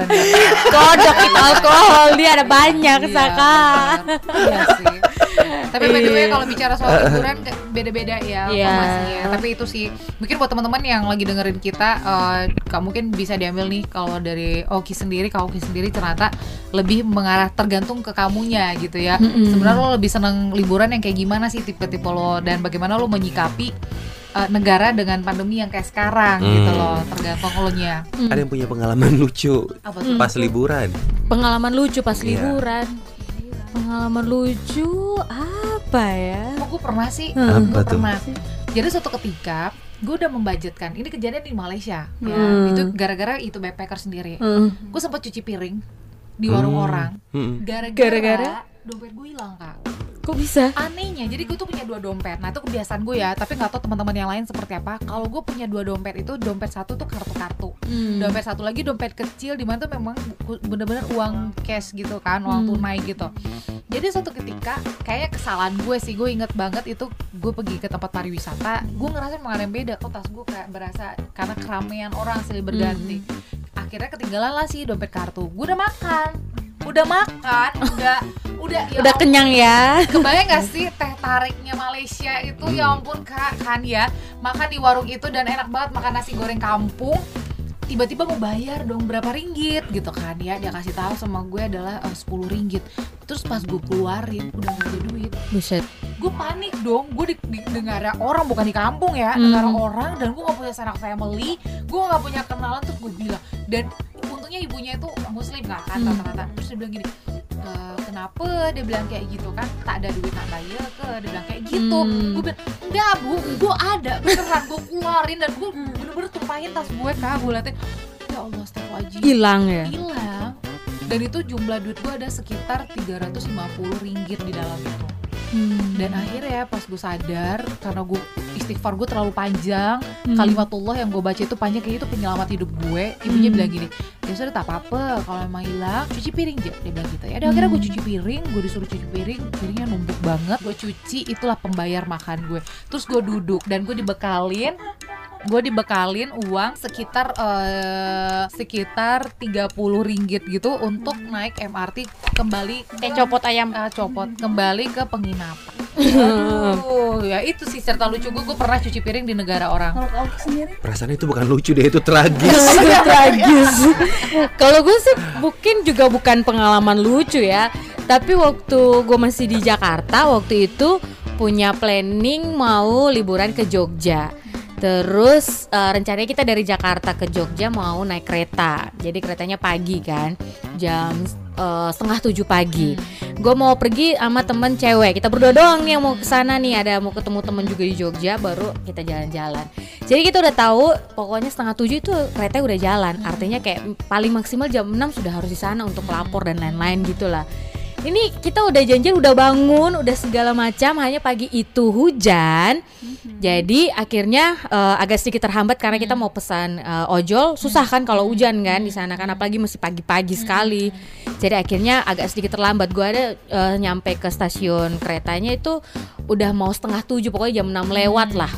Kodok itu alkohol dia ada banyak Iya, Saka. benar. Iya sih. Tapi by the way kalau bicara soal liburan beda-beda ya Iya. formasinya. Tapi itu sih mungkin buat teman-teman yang lagi dengerin kita, kamu mungkin bisa diambil nih kalau dari Oki sendiri ternyata lebih mengarah tergantung ke kamunya gitu ya. Sebenarnya lo lebih seneng liburan yang kayak gimana sih tipe-tipe lo, dan bagaimana lo menyikapi negara dengan pandemi yang kayak sekarang gitu loh, tergantung lo nya. Ada yang punya pengalaman lucu Apa tuh? pas liburan. Pengalaman lucu pas Iya. liburan. Pengalaman lucu apa ya? Oh, gue pernah sih. Apa Gue tuh? pernah. Jadi suatu ketika gue udah membudgetkan. Ini kejadian di Malaysia. Ya, itu gara-gara itu backpacker sendiri. Gue sempat cuci piring di warung orang. Gara-gara? Gara-gara dompet gue hilang, Kak. Kok bisa? Anehnya, jadi gue tuh punya 2 dompet. Nah itu kebiasaan gue ya, tapi nggak tahu teman-teman yang lain seperti apa. Kalau gue punya 2 dompet itu, dompet satu tuh kartu-kartu, dompet satu lagi dompet kecil di mana tuh memang bener-bener uang cash gitu kan, uang tunai gitu. Jadi suatu ketika kayaknya kesalahan gue sih, gue inget banget itu gue pergi ke tempat pariwisata, gue ngerasa emang ada yang beda. Kok tas gue kayak berasa karena keramaian orang silih berganti. Akhirnya ketinggalan lah sih dompet kartu. Gue udah makan, udah ya Udah kenyang ya. Kebayang gak sih teh tariknya Malaysia itu, ya ampun Kak, kan ya makan di warung itu dan enak banget makan nasi goreng kampung. Tiba-tiba mau bayar dong berapa ringgit gitu kan ya, dia kasih tahu sama gue adalah 10 ringgit. Terus pas gue keluarin udah gak ada duit. Buset. Gue panik dong, gue di negara orang, bukan di kampung ya, negara orang, dan gue gak punya sanak family, gue gak punya kenalan. Terus gue bilang, dan untungnya ibunya itu muslim gak kan rata-rata. Terus dia bilang gini, kenapa dia bilang kayak gitu kan, tak ada duit nak bayar ke, dia bilang kayak gitu. Gue bilang, enggak bu, gue ada beneran, gue keluarin dan gue bener-bener tumpahin tas gue, Kak. Gue liatin, ya Allah astagfirullahaladzim, Hilang ya. hilang. Dan itu jumlah duit gue ada sekitar 350 ringgit di dalam itu. Dan akhirnya pas gue sadar, karena gue istighfar gue terlalu panjang, kalimatullah yang gue baca itu panjang, kayak itu penyelamat hidup gue. Ibunya bilang gini, ya sudah tak apa-apa, kalau emang hilang cuci piring aja, dia bilang gitu ya. Dan akhirnya gue cuci piring, gue disuruh cuci piring, piringnya numpuk banget, gue cuci, itulah pembayar makan gue. Terus gue duduk dan gue dibekalin uang sekitar 30 ringgit gitu untuk naik MRT kembali Kayak copot ayam. kembali ke penginapan. Aduh, ya itu sih cerita lucu gue pernah cuci piring di negara orang. Kalau Oki sendiri? Perasaan itu bukan lucu deh, itu tragis. Itu tragis. Kalau gue sih mungkin juga bukan pengalaman lucu ya, tapi waktu gue masih di Jakarta waktu itu punya planning mau liburan ke Jogja. Terus rencananya kita dari Jakarta ke Jogja mau naik kereta. Jadi keretanya pagi kan, jam 6:30 pagi. Gue mau pergi sama temen cewek. Kita berdua doang nih yang mau kesana nih. Ada mau ketemu temen juga di Jogja. Baru kita jalan-jalan. Jadi kita udah tahu pokoknya 6:30 itu keretanya udah jalan. Artinya kayak paling maksimal jam 6 sudah harus di sana untuk lapor dan lain-lain gitulah. Ini kita udah janjian, udah bangun, udah segala macam, hanya pagi itu hujan. Jadi akhirnya agak sedikit terhambat karena kita mau pesan ojol. Susah kan kalau hujan kan di sana kan, apalagi masih pagi-pagi sekali. Jadi akhirnya agak sedikit terlambat. Gue ada nyampe ke stasiun keretanya itu udah mau 6:30, pokoknya jam 6 lewat lah.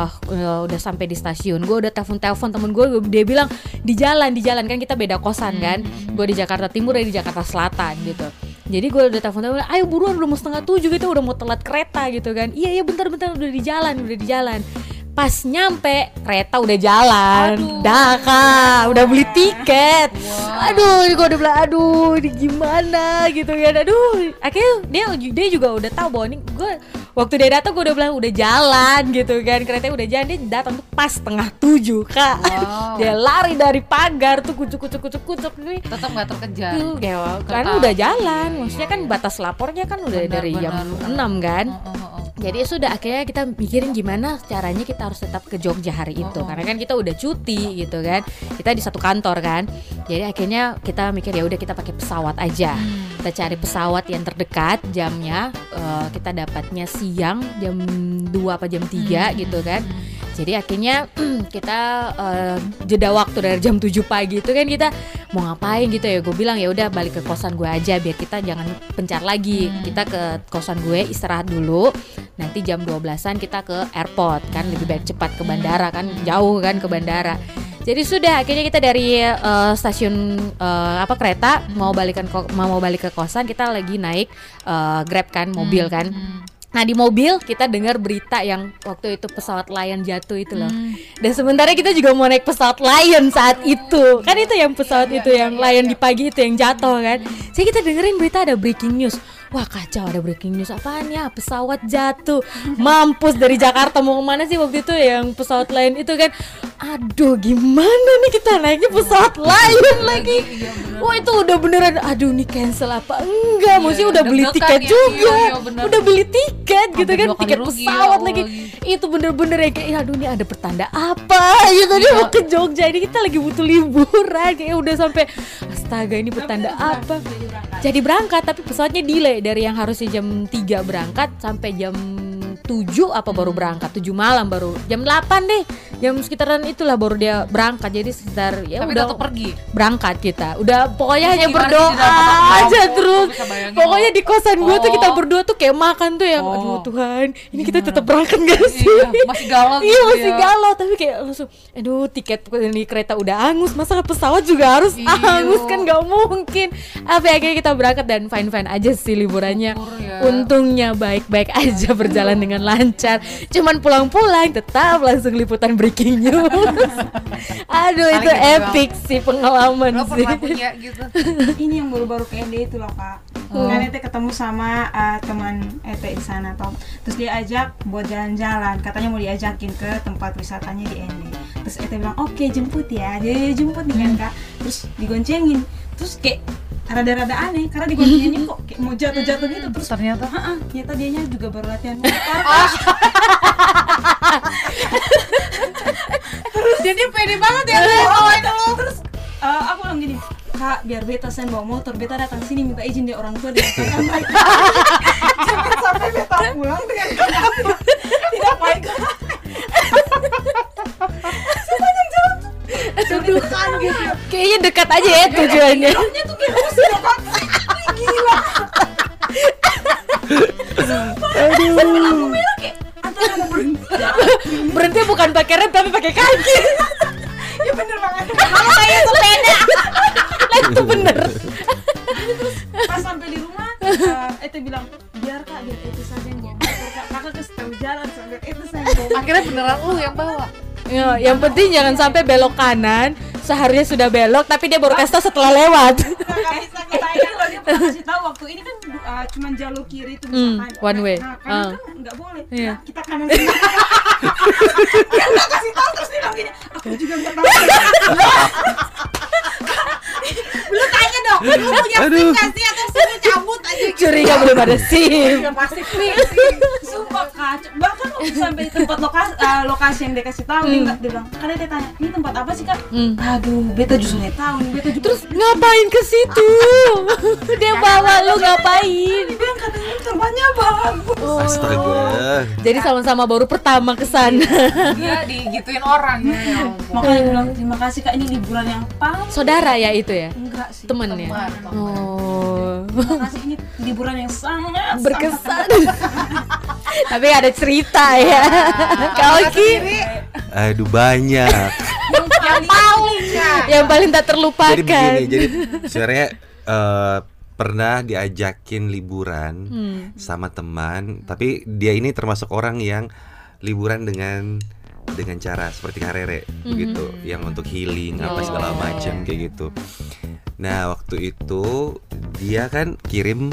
Udah sampai di stasiun. Gue udah telepon temen gue, dia bilang di jalan kan kita beda kosan kan. Gue di Jakarta Timur, dia di Jakarta Selatan gitu. Jadi gue udah telepon, ayo buruan udah mau 6:30 gitu, udah mau telat kereta gitu kan. Iya bentar udah di jalan. Pas nyampe kereta udah jalan. Dah Kak, udah beli tiket. Aduh, gue udah bilang ini gimana gitu kan. Aduh, akhirnya dia juga udah tahu bahwa ini gue waktu dia datang gue udah bilang udah jalan gitu kan. Keretanya udah jalan, dia datang tuh pas 6:30 Kak. Dia lari dari pagar tuh kucuk nih. Tetap nggak terkejar. Karena udah jalan. Maksudnya kan batas lapornya kan udah dari jam 6 kan. Jadi sudah akhirnya kita mikirin gimana caranya kita harus tetap ke Jogja hari itu. Karena kan kita udah cuti gitu kan. Kita di satu kantor kan. Jadi akhirnya kita mikir ya udah kita pakai pesawat aja. Kita cari pesawat yang terdekat jamnya. Kita dapatnya siang jam 2 apa jam 3 gitu kan. Jadi akhirnya kita jeda waktu dari jam 7 pagi itu kan kita mau ngapain gitu ya. Gue bilang ya udah balik ke kosan gue aja biar kita jangan pencar lagi. Kita ke kosan gue istirahat dulu. Nanti jam 12-an kita ke airport kan, lebih baik cepat ke bandara kan, jauh kan ke bandara. Jadi sudah akhirnya kita dari stasiun kereta mau balik ke kosan, kita lagi naik Grab kan, mobil kan. Nah di mobil kita dengar berita yang waktu itu pesawat Lion jatuh itu loh. Dan sementara kita juga mau naik pesawat Lion saat itu. Kan itu yang pesawat itu yang Lion di pagi itu yang jatuh kan. Jadi kita dengerin berita ada breaking news. Wah kacau, ada breaking news apaan ya, pesawat jatuh. Mampus, dari Jakarta mau kemana sih waktu itu yang pesawat Lion itu kan. Aduh gimana nih kita naiknya pesawat Lion lagi. Wah itu udah beneran, aduh nih cancel apa enggak. Maksudnya udah beli tiket juga. Udah beli tiket gitu kan, tiket pesawat lagi. Itu bener-bener yang kayak aduh nih ada pertanda apa gitu. Dia mau ke Jogja, ini kita lagi butuh liburan. Kayak udah sampai astaga ini pertanda apa. Jadi berangkat tapi pesawatnya delay dari yang harusnya jam 3 berangkat sampai jam 7 apa baru berangkat, 7 malam baru, jam 8 deh, jam sekitaran itulah baru dia berangkat. Jadi sekitar ya tapi udah tetap pergi berangkat kita, udah pokoknya hanya berdoa aja terus. Pokoknya di kosan gue tuh kita berdua tuh kayak makan tuh yang aduh Tuhan ini kita tetap berangkat gak sih? Masih galau iya masih galau tapi kayak langsung aduh tiket ini kereta udah angus, masa pesawat juga harus angus kan gak mungkin. Tapi akhirnya kita berangkat dan fine aja sih liburannya. Untungnya baik-baik aja, berjalan dengan lancar. Cuman pulang-pulang tetap langsung liputan breaking news. Aduh itu epic sih pengalaman lo sih. pernah punya gitu. Ini yang baru-baru ke ND itu loh Kak. Kan Ete ketemu sama teman Ete di sana Tom. Terus dia ajak buat jalan-jalan. Katanya mau diajakin ke tempat wisatanya di ND. Terus Ete bilang oke, jemput ya. Jadi jemput nih kan Kak. Terus digoncengin. Terus kayak rada-rada aneh karena digoncenginnya kok kayak mau jatuh-jatuh gitu. Terus ternyata ternyata dianya juga baru latihan motor. Terus jadi pede banget ya Terus aku bilang gini, Kak biar beta sen bawa motor, beta datang sini minta izin dari orang tua dengan kakak baik. Jangan sampai beta pulang dengan kakak tidak baik. Sepanjang jalan tuh dekat gitu. Kayaknya dekat aja ya tujuannya. Jalannya tuh kayak musik loh Kak. Gila. Aduh. Aku bilang kayak antara mau Berhenti bukan pakai rem tapi pakai kaki. ya bener banget. Kalau kayak sepeda. Lah itu bener. Terus pas sampai di rumah, Ete bilang biar Kak, biar Ete saja yang bawa motor Kak. Kakak kasih tahu jalan sampai Ete saya yang bawa. akhirnya beneran lu yang bawa. Ya, yang penting jangan sampai belok kanan. Seharusnya sudah belok tapi dia baru kasih tahu setelah lewat. Nggak bisa kebayang loh dia kasih tahu waktu ini kan cuman jalur kiri itu misalkan. one way. Nah, kanan kan nggak boleh. Iya. Nah, kita kanan sini. Dia nggak kasih tahu terus dia bilang gini, aku juga nggak tahu. Lu tanya dong, lu punya SIM nggak sih atau suruh cabut aja? Curiga belum ada SIM. Ya pasti sih. Sumpah kacau. Bahkan waktu sampai di tempat lokasi yang dia kasih tahu dia bilang, karena dia tanya, ini tempat apa sih kak? Aduh, beta justru nggak tahu nih, beta juga. Terus ngapain ke situ? Dia bawa lu ngapain? Dia bilang katanya tempatnya bagus. Astaga. Jadi sama-sama baru pertama ke sana. Dia digituin orang ya. Ya ampun. Makanya dia bilang terima kasih kak, ini liburan yang paling. Saudara ya itu ya? Enggak sih. Temen ya? Teman. Oh. Terima kasih, ini liburan yang sangat Berkesan. Tapi ada cerita ya. Kak Oki Aduh banyak. Yang paling ya. yang paling tak terlupakan. Jadi begini, jadi sebenarnya pernah diajakin liburan sama teman, tapi dia ini termasuk orang yang liburan dengan cara seperti Kak Rere begitu, yang untuk healing apa segala macam kayak gitu. Nah waktu itu dia kan kirim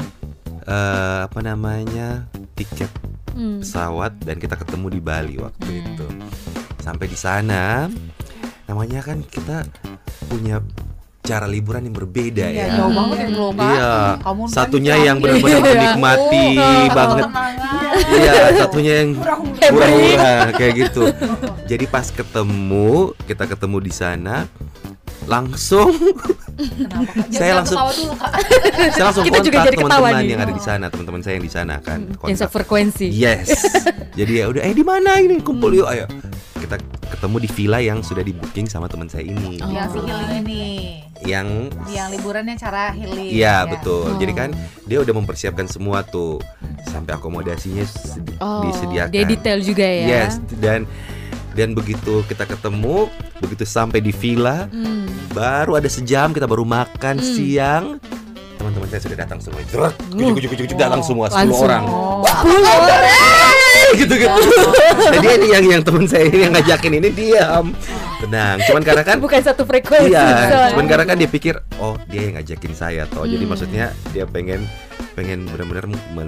tiket pesawat dan kita ketemu di Bali waktu itu. Sampai di sana, namanya kan kita punya cara liburan yang berbeda Iya, ya. jauh banget ya loh, Kak. Iya, Kamu kan satunya canggih. yang benar-benar menikmati banget. Kenangan. Iya, satunya yang hura-hura kayak gitu. Jadi pas kita ketemu di sana, langsung Kenapa, Kak? Saya Jangan langsung- ketawa dulu, Kak. saya langsung Kita juga kontak jadi ketawa teman-teman nih. yang ada di sana, teman-teman saya yang di sana kan. Yang Kontak. sefrekuensi. Yes. Jadi ya udah, di mana ini kumpul yuk, ayo. Kita ketemu di villa yang sudah di booking sama teman saya ini. Yang si healing ini. Yang Liburannya cara healing. iya ya. betul. Jadi kan dia udah mempersiapkan semua tuh, sampai akomodasinya disediakan. Dia detail juga ya. Yes, dan begitu kita ketemu, begitu sampai di villa, baru ada sejam kita baru makan siang. Teman-teman saya sudah datang semua. Kucuk datang semua 10 Langsung. orang. Oh. Gitu-gitu. Jadi ini yang teman saya ini yang ngajakin ini diam. Tenang, cuman karena kan Bukan satu frekuensi. iya, soalnya. cuman karena kan dia pikir, oh dia yang ngajakin saya toh. Jadi maksudnya dia pengen benar-benar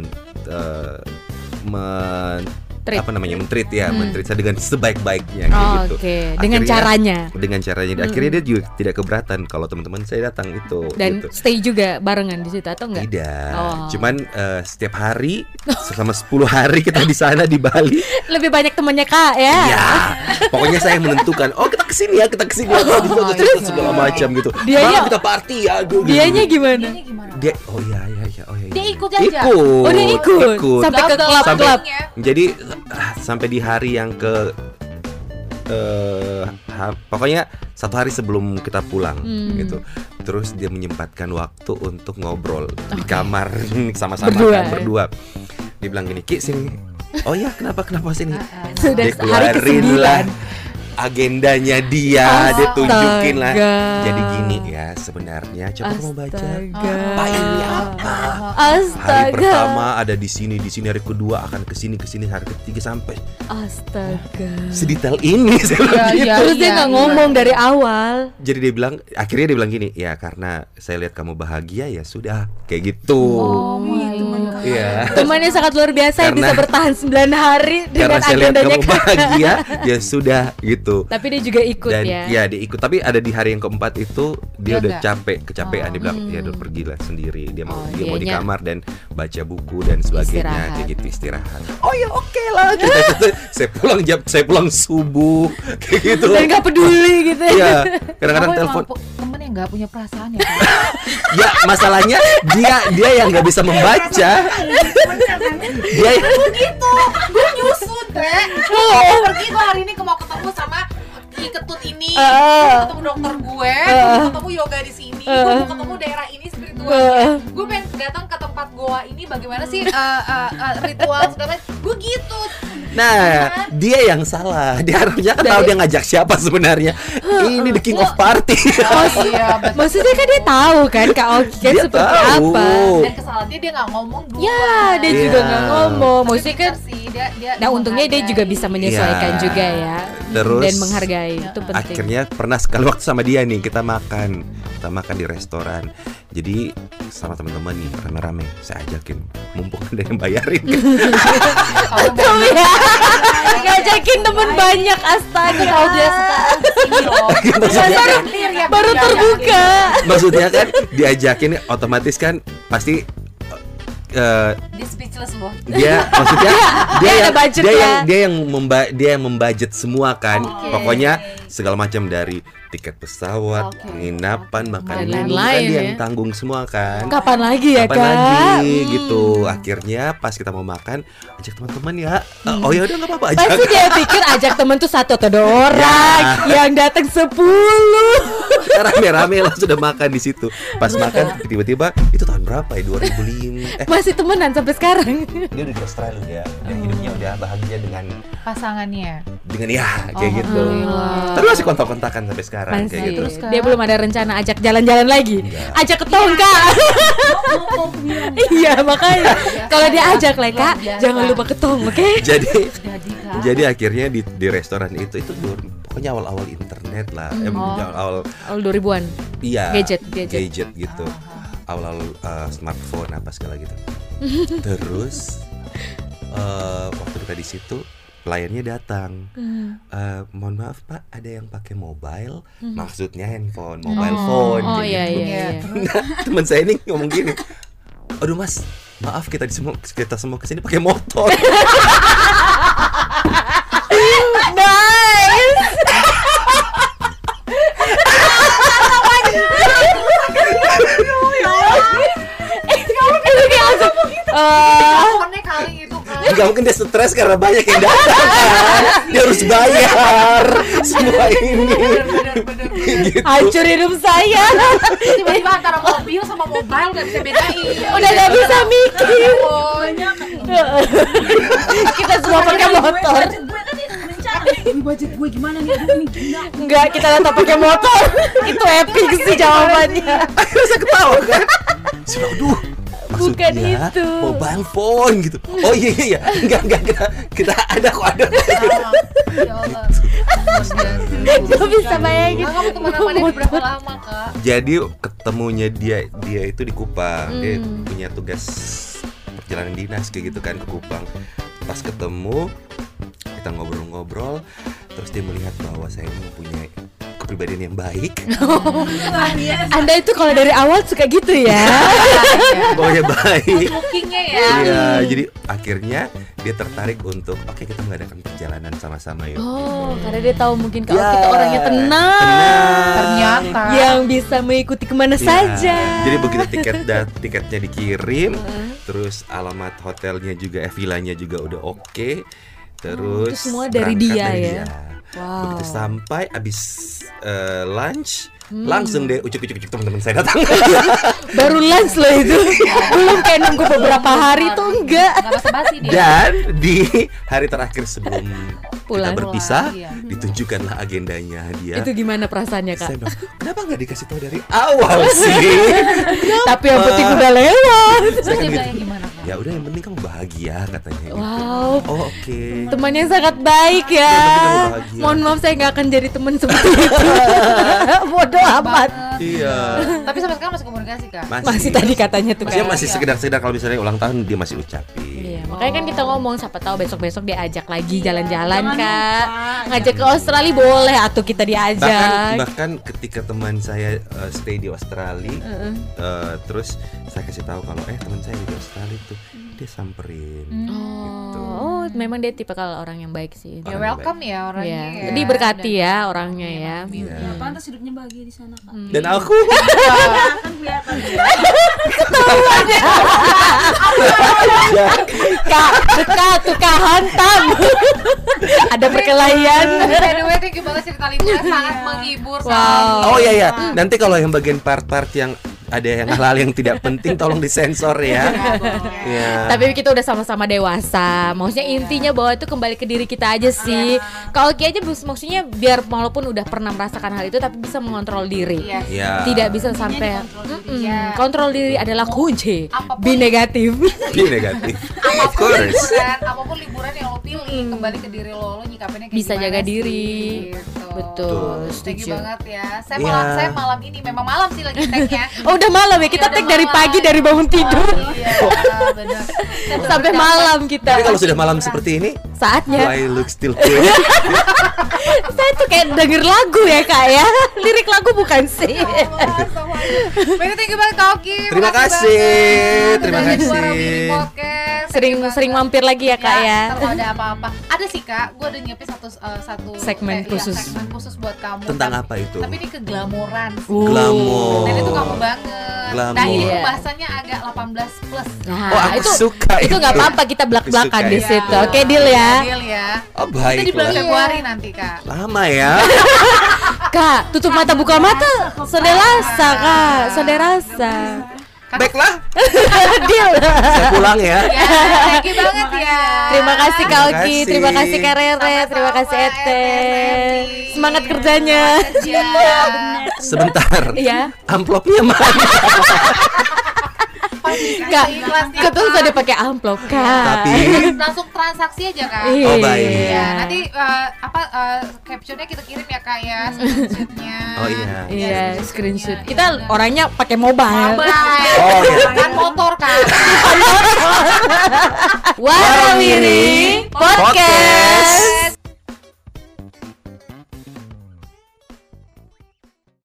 Treat. mentreat ya, mentreat saya dengan sebaik-baiknya kayak Oh, gitu. oke. Dengan Akhirnya- caranya. Dengan caranya. Akhirnya dia juga tidak keberatan kalau teman-teman saya datang itu. Dan gitu. stay juga barengan di situ atau enggak? Tidak. Oh. Cuman setiap hari selama 10 hari kita di sana di Bali. Lebih banyak temannya Kak ya. Ya, pokoknya saya yang menentukan. Oh kita kesini ya, terus segala macam gitu. Dianya- Bang, kita party ya. Dianya gimana? Ini gimana? Dia, oh iya. Dia ikut aja? Oh, dia ikut. Sampai ke Gagal klub-klub. ya. Jadi sampai di hari yang ke pokoknya satu hari sebelum kita pulang gitu. Terus dia menyempatkan waktu untuk ngobrol di kamar sama-sama Berdua. kan, berdua. Dia bilang gini, Ki sini. Oh ya, kenapa sini? Sudah Dia hari keluarin ke-9. lah agendanya dia tunjukin lah. Astaga. Jadi gini ya sebenarnya, coba kamu baca. Astaga. Apa ini apa? Astaga. Hari pertama ada di sini hari kedua akan ke sini, hari ketiga sampai Astaga. sedetail ini. Saya bilang gitu. Iya, Terus dia iya, nggak iya. ngomong dari awal. Jadi akhirnya dia bilang gini, ya karena saya lihat kamu bahagia ya sudah kayak gitu. Iya. Temannya sangat luar biasa yang Karena- bisa bertahan 9 hari Karena dengan saya lihat agendanya kamu Kak. bahagia, ya sudah gitu. Tapi dia juga ikut Dan ya. dia ikut. Tapi ada di hari yang keempat itu dia Dia udah enggak. kecapean. Dia bilang ya udah pergilah sendiri. Dia mau Oh, dia mau di dianya kamar dan baca buku dan sebagainya istirahat. kayak gitu, istirahat. Oh ya oke lah. Saya pulang subuh kayak gitu. Dan nggak peduli gitu ya. Iya, kadang-kadang Kamu telepon. emang temen yang nggak punya perasaan ya, Kak? Ya masalahnya dia yang nggak bisa membaca. Dia Gitu, gue nyusun, Dre. Gue pergi, gue hari ini mau ketemu sama Ki Ketut ini, gue mau ketemu dokter gue mau ketemu yoga di sini, gue mau ketemu daerah ini spiritualnya, gue pengen datang ke tempat goa ini, bagaimana sih ritual segala macam, gue gitu. Nah, dia yang salah. Dia harusnya kan tahu dia ngajak siapa sebenarnya. Ini the king of party. Oh iya, betul. Maksudnya kan dia tahu kan Kak Oki kan Dia seperti tahu. apa. Dan kesalahannya dia nggak ngomong dulu. Ya, dia Iya. juga nggak ngomong. Maksudnya kan sih, nah untungnya dia juga bisa menyesuaikan Iya. juga ya. Terus Dan menghargai itu penting. Akhirnya pernah sekali waktu sama dia nih kita makan di restoran. Jadi sama teman-teman nih rame-rame, saya ajakin, mumpung ada yang bayarin. Betul ya. Ngajakin temen banyak, astaga. Tahu dia Baru terbuka. Maksudnya kan diajakin otomatis kan pasti Dia speechless loh. dia maksudnya Dia ada budget ya. dia yang membudget semua kan. Oke. Pokoknya segala macam dari tiket pesawat, Oke. penginapan, makanan, Dan minum, kan lain-lain dia yang ya. tanggung semua kan. Kapan lagi ya, Kapan Kak? lagi gitu. Akhirnya pas kita mau makan, ajak teman-teman ya. Oh ya udah nggak apa-apa, ajak. Pasti dia pikir ajak temen tuh 1 atau 2 orang, yang datang 10. Rame-rame lah sudah makan di situ. Pas makan tiba-tiba itu tahun berapa ya? 2005. Masih temenan sampai sekarang. Dia udah di Australia dia. Dia hidupnya udah bahagia dengan Pasangannya. ya kayak gitu. Alhamdulillah. Tapi masih kontak-kontakan sampai sekarang Masih. kayak gitu. Terus, Kak? Dia belum ada rencana ajak jalan-jalan lagi. Enggak. Ajak ke Tongka. Mau bilang Iya, makanya kalau dia ajak lah, Kak, Luar biasa. jangan lupa ke Tong, oke? Jadi Jadi Kak. jadi akhirnya di restoran itu pokoknya awal-awal internet lah. Awal Awal 2000-an. iya. Gadget. gitu. Awal-awal smartphone apa segala gitu. Terus waktu kita di situ pelayannya datang. Mohon maaf Pak, ada yang pakai mobile, maksudnya handphone, mobile phone. Oh kayak iya gitu. iya. Nah, teman saya ini ngomong gini, aduh Mas, maaf kita semua kesini pakai motor. Nice. Itu kayak langsung Teleponnya kali itu Kak. Enggak mungkin dia stres karena banyak yang datang kan. Dia harus bayar semua ini. Bener. Gitu. hancur hidup saya. Tiba-tiba antara mobil sama mobile gak bisa bedain. Udah gak bisa mikir. Banyak. Kita semua pakai motor. budget gue kan ini rencana. Ini budget gue gimana nih? Aduh, ini gila. Enggak, kita datang pakai motor. Itu epic sih jawabannya. Akhirnya saya ketawa kan. Saya bilang, aduh, Bukan maksudnya itu. mobile phone gitu. Oh iya, enggak kita ada kok ada. Ya Allah. Luar biasa. Gak bisa bayangin. Nah, kamu teman sama dia berapa lama Kak? Jadi ketemunya dia itu di Kupang. Dia punya tugas perjalanan dinas kayak gitu kan ke Kupang. Pas ketemu kita ngobrol-ngobrol, terus dia melihat bahwa saya mempunyai kepribadian yang baik. Anda itu kalau dari awal suka gitu ya. Bawanya baik. Bookingnya ya. Iya, jadi akhirnya dia tertarik untuk oke kita mengadakan perjalanan sama-sama yuk. Oh, karena dia tahu mungkin kalau Ya, kita orangnya tenang. Ternyata. Yang bisa mengikuti kemana Ya, saja. Jadi begitu tiketnya dikirim, terus alamat hotelnya juga, villanya juga udah oke. Terus itu semua dari berangkat dia dari ya? dia. Wow. Begitu sampai abis lunch, langsung deh ucuk-ucuk teman-teman saya datang. Baru lunch loh itu. Belum kayak nunggu beberapa hari tuh enggak. Gak basa-basi dia. Dan di hari terakhir sebelum Pulang. kita berpisah, Iya. ditunjukkanlah agendanya dia. Itu gimana perasaannya, Kak? Saya bilang, kenapa nggak dikasih tahu dari awal sih? Tapi yang penting udah lewat. Terus Saya kan dia gitu. bilang gimana Kak? Ya udah yang penting kamu bahagia katanya gitu. Wow. Oh oke. Temannya sangat baik ya. Yang penting kamu bahagia. Mohon maaf saya nggak akan jadi teman seperti itu. Bodoh amat. Banget. Iya. Tapi sampai sekarang masih komunikasi Kak? Masih tadi katanya tuh Maksudnya kan. masih sekedar kalau misalnya ulang tahun dia masih ucapin. Iya, makanya kan kita ngomong siapa tahu besok-besok dia ajak lagi jalan-jalan, Jangan Kak. lupa. Ngajak ke Australia boleh atau kita diajak. Bahkan ketika teman saya stay di Australia, terus saya kasih tahu kalau teman saya di Australia tuh dia samperin. Gitu. Oh, memang dia tipe kalau orang yang baik sih. Ya welcome ya orangnya Iya. ya. Jadi berkati ya orangnya ya. Iya. Ya, pantas hidupnya bahagia di sana Kak. Dan aku Kan kelihatan ya. Kak, dekat tuh Kak hantam. Ada perkelahian. By the way, thank you banget cerita Linda, sangat menghibur. Wow. oh iya. Nanti kalau yang bagian part-part yang ada yang hal-hal yang tidak penting tolong disensor ya. Ya. Tapi kita udah sama-sama dewasa. Maksudnya intinya bahwa itu kembali ke diri kita aja sih. Kalau Ki aja maksudnya biar walaupun udah pernah merasakan hal itu tapi bisa mengontrol diri. Iya. Ya. Tidak bisa sampai kontrol diri adalah kunci. Apapun- Be negatif. Be negatif. Of Apapun liburan yang lo pilih, kembali ke diri lo nyikapinnya kayak Bisa gimana jaga sih, diri. gitu. Betul, Thank you setuju. banget ya. Iya. Saya malam ini memang malam sih lagi tag-nya. Oh udah malam ya, kita Iya, tag udah dari malam. pagi dari bangun tidur Iya, benar. sampai malam kita. Tapi kalau sudah malam seperti ini, do Saatnya I look still cool? saya tuh kayak denger lagu ya kak ya, lirik lagu bukan sih. Baik, thank you banget Kak Oki. Terima Makasih kasih, banget. terima Udah jadi kasih. suara Mini Podcast. Sering mampir lagi ya kak ya. Ntar kalau ada apa-apa. Ada sih Kak, gue udah nyiapin satu Segmen iya, khusus. segmen khusus buat kamu. Tentang Tapi- apa itu? Tapi ini keglamoran. Glamour. Dan itu kamu banget. Glamour. Nah ini Iya. pembahasannya agak 18 plus. Nah, Oh, aku suka itu nggak apa-apa, kita belak-belakan Suka di itu. situ. Oke, deal ya. Deal ya. Oh Kita di bulan baiklah. Februari nanti Kak. Lama ya. Kak, tutup mata buka mata, sonderasa kak, sonderasa. Baiklah, Deal. saya pulang ya. Ya, thank you banget ya. Terima kasih Kak Terima Oki, kasih. terima kasih Kak Rere, Sama-sama, terima kasih Ete. Ete. Semangat kerjanya. Kerja. Sebentar. Iya. Amplopnya mana? Kak, kita tuh udah pakai amplop Kak. Tapi langsung transaksi aja Kak. Iya. Oh, baik. Ya, nanti captionnya kita kirim ya Kak ya, screenshotnya. Oh iya. Iya, screenshot. Iya, Kita benar. orangnya pakai mobile. Oh iya. Kan motor Kak. Warawiri Podcast.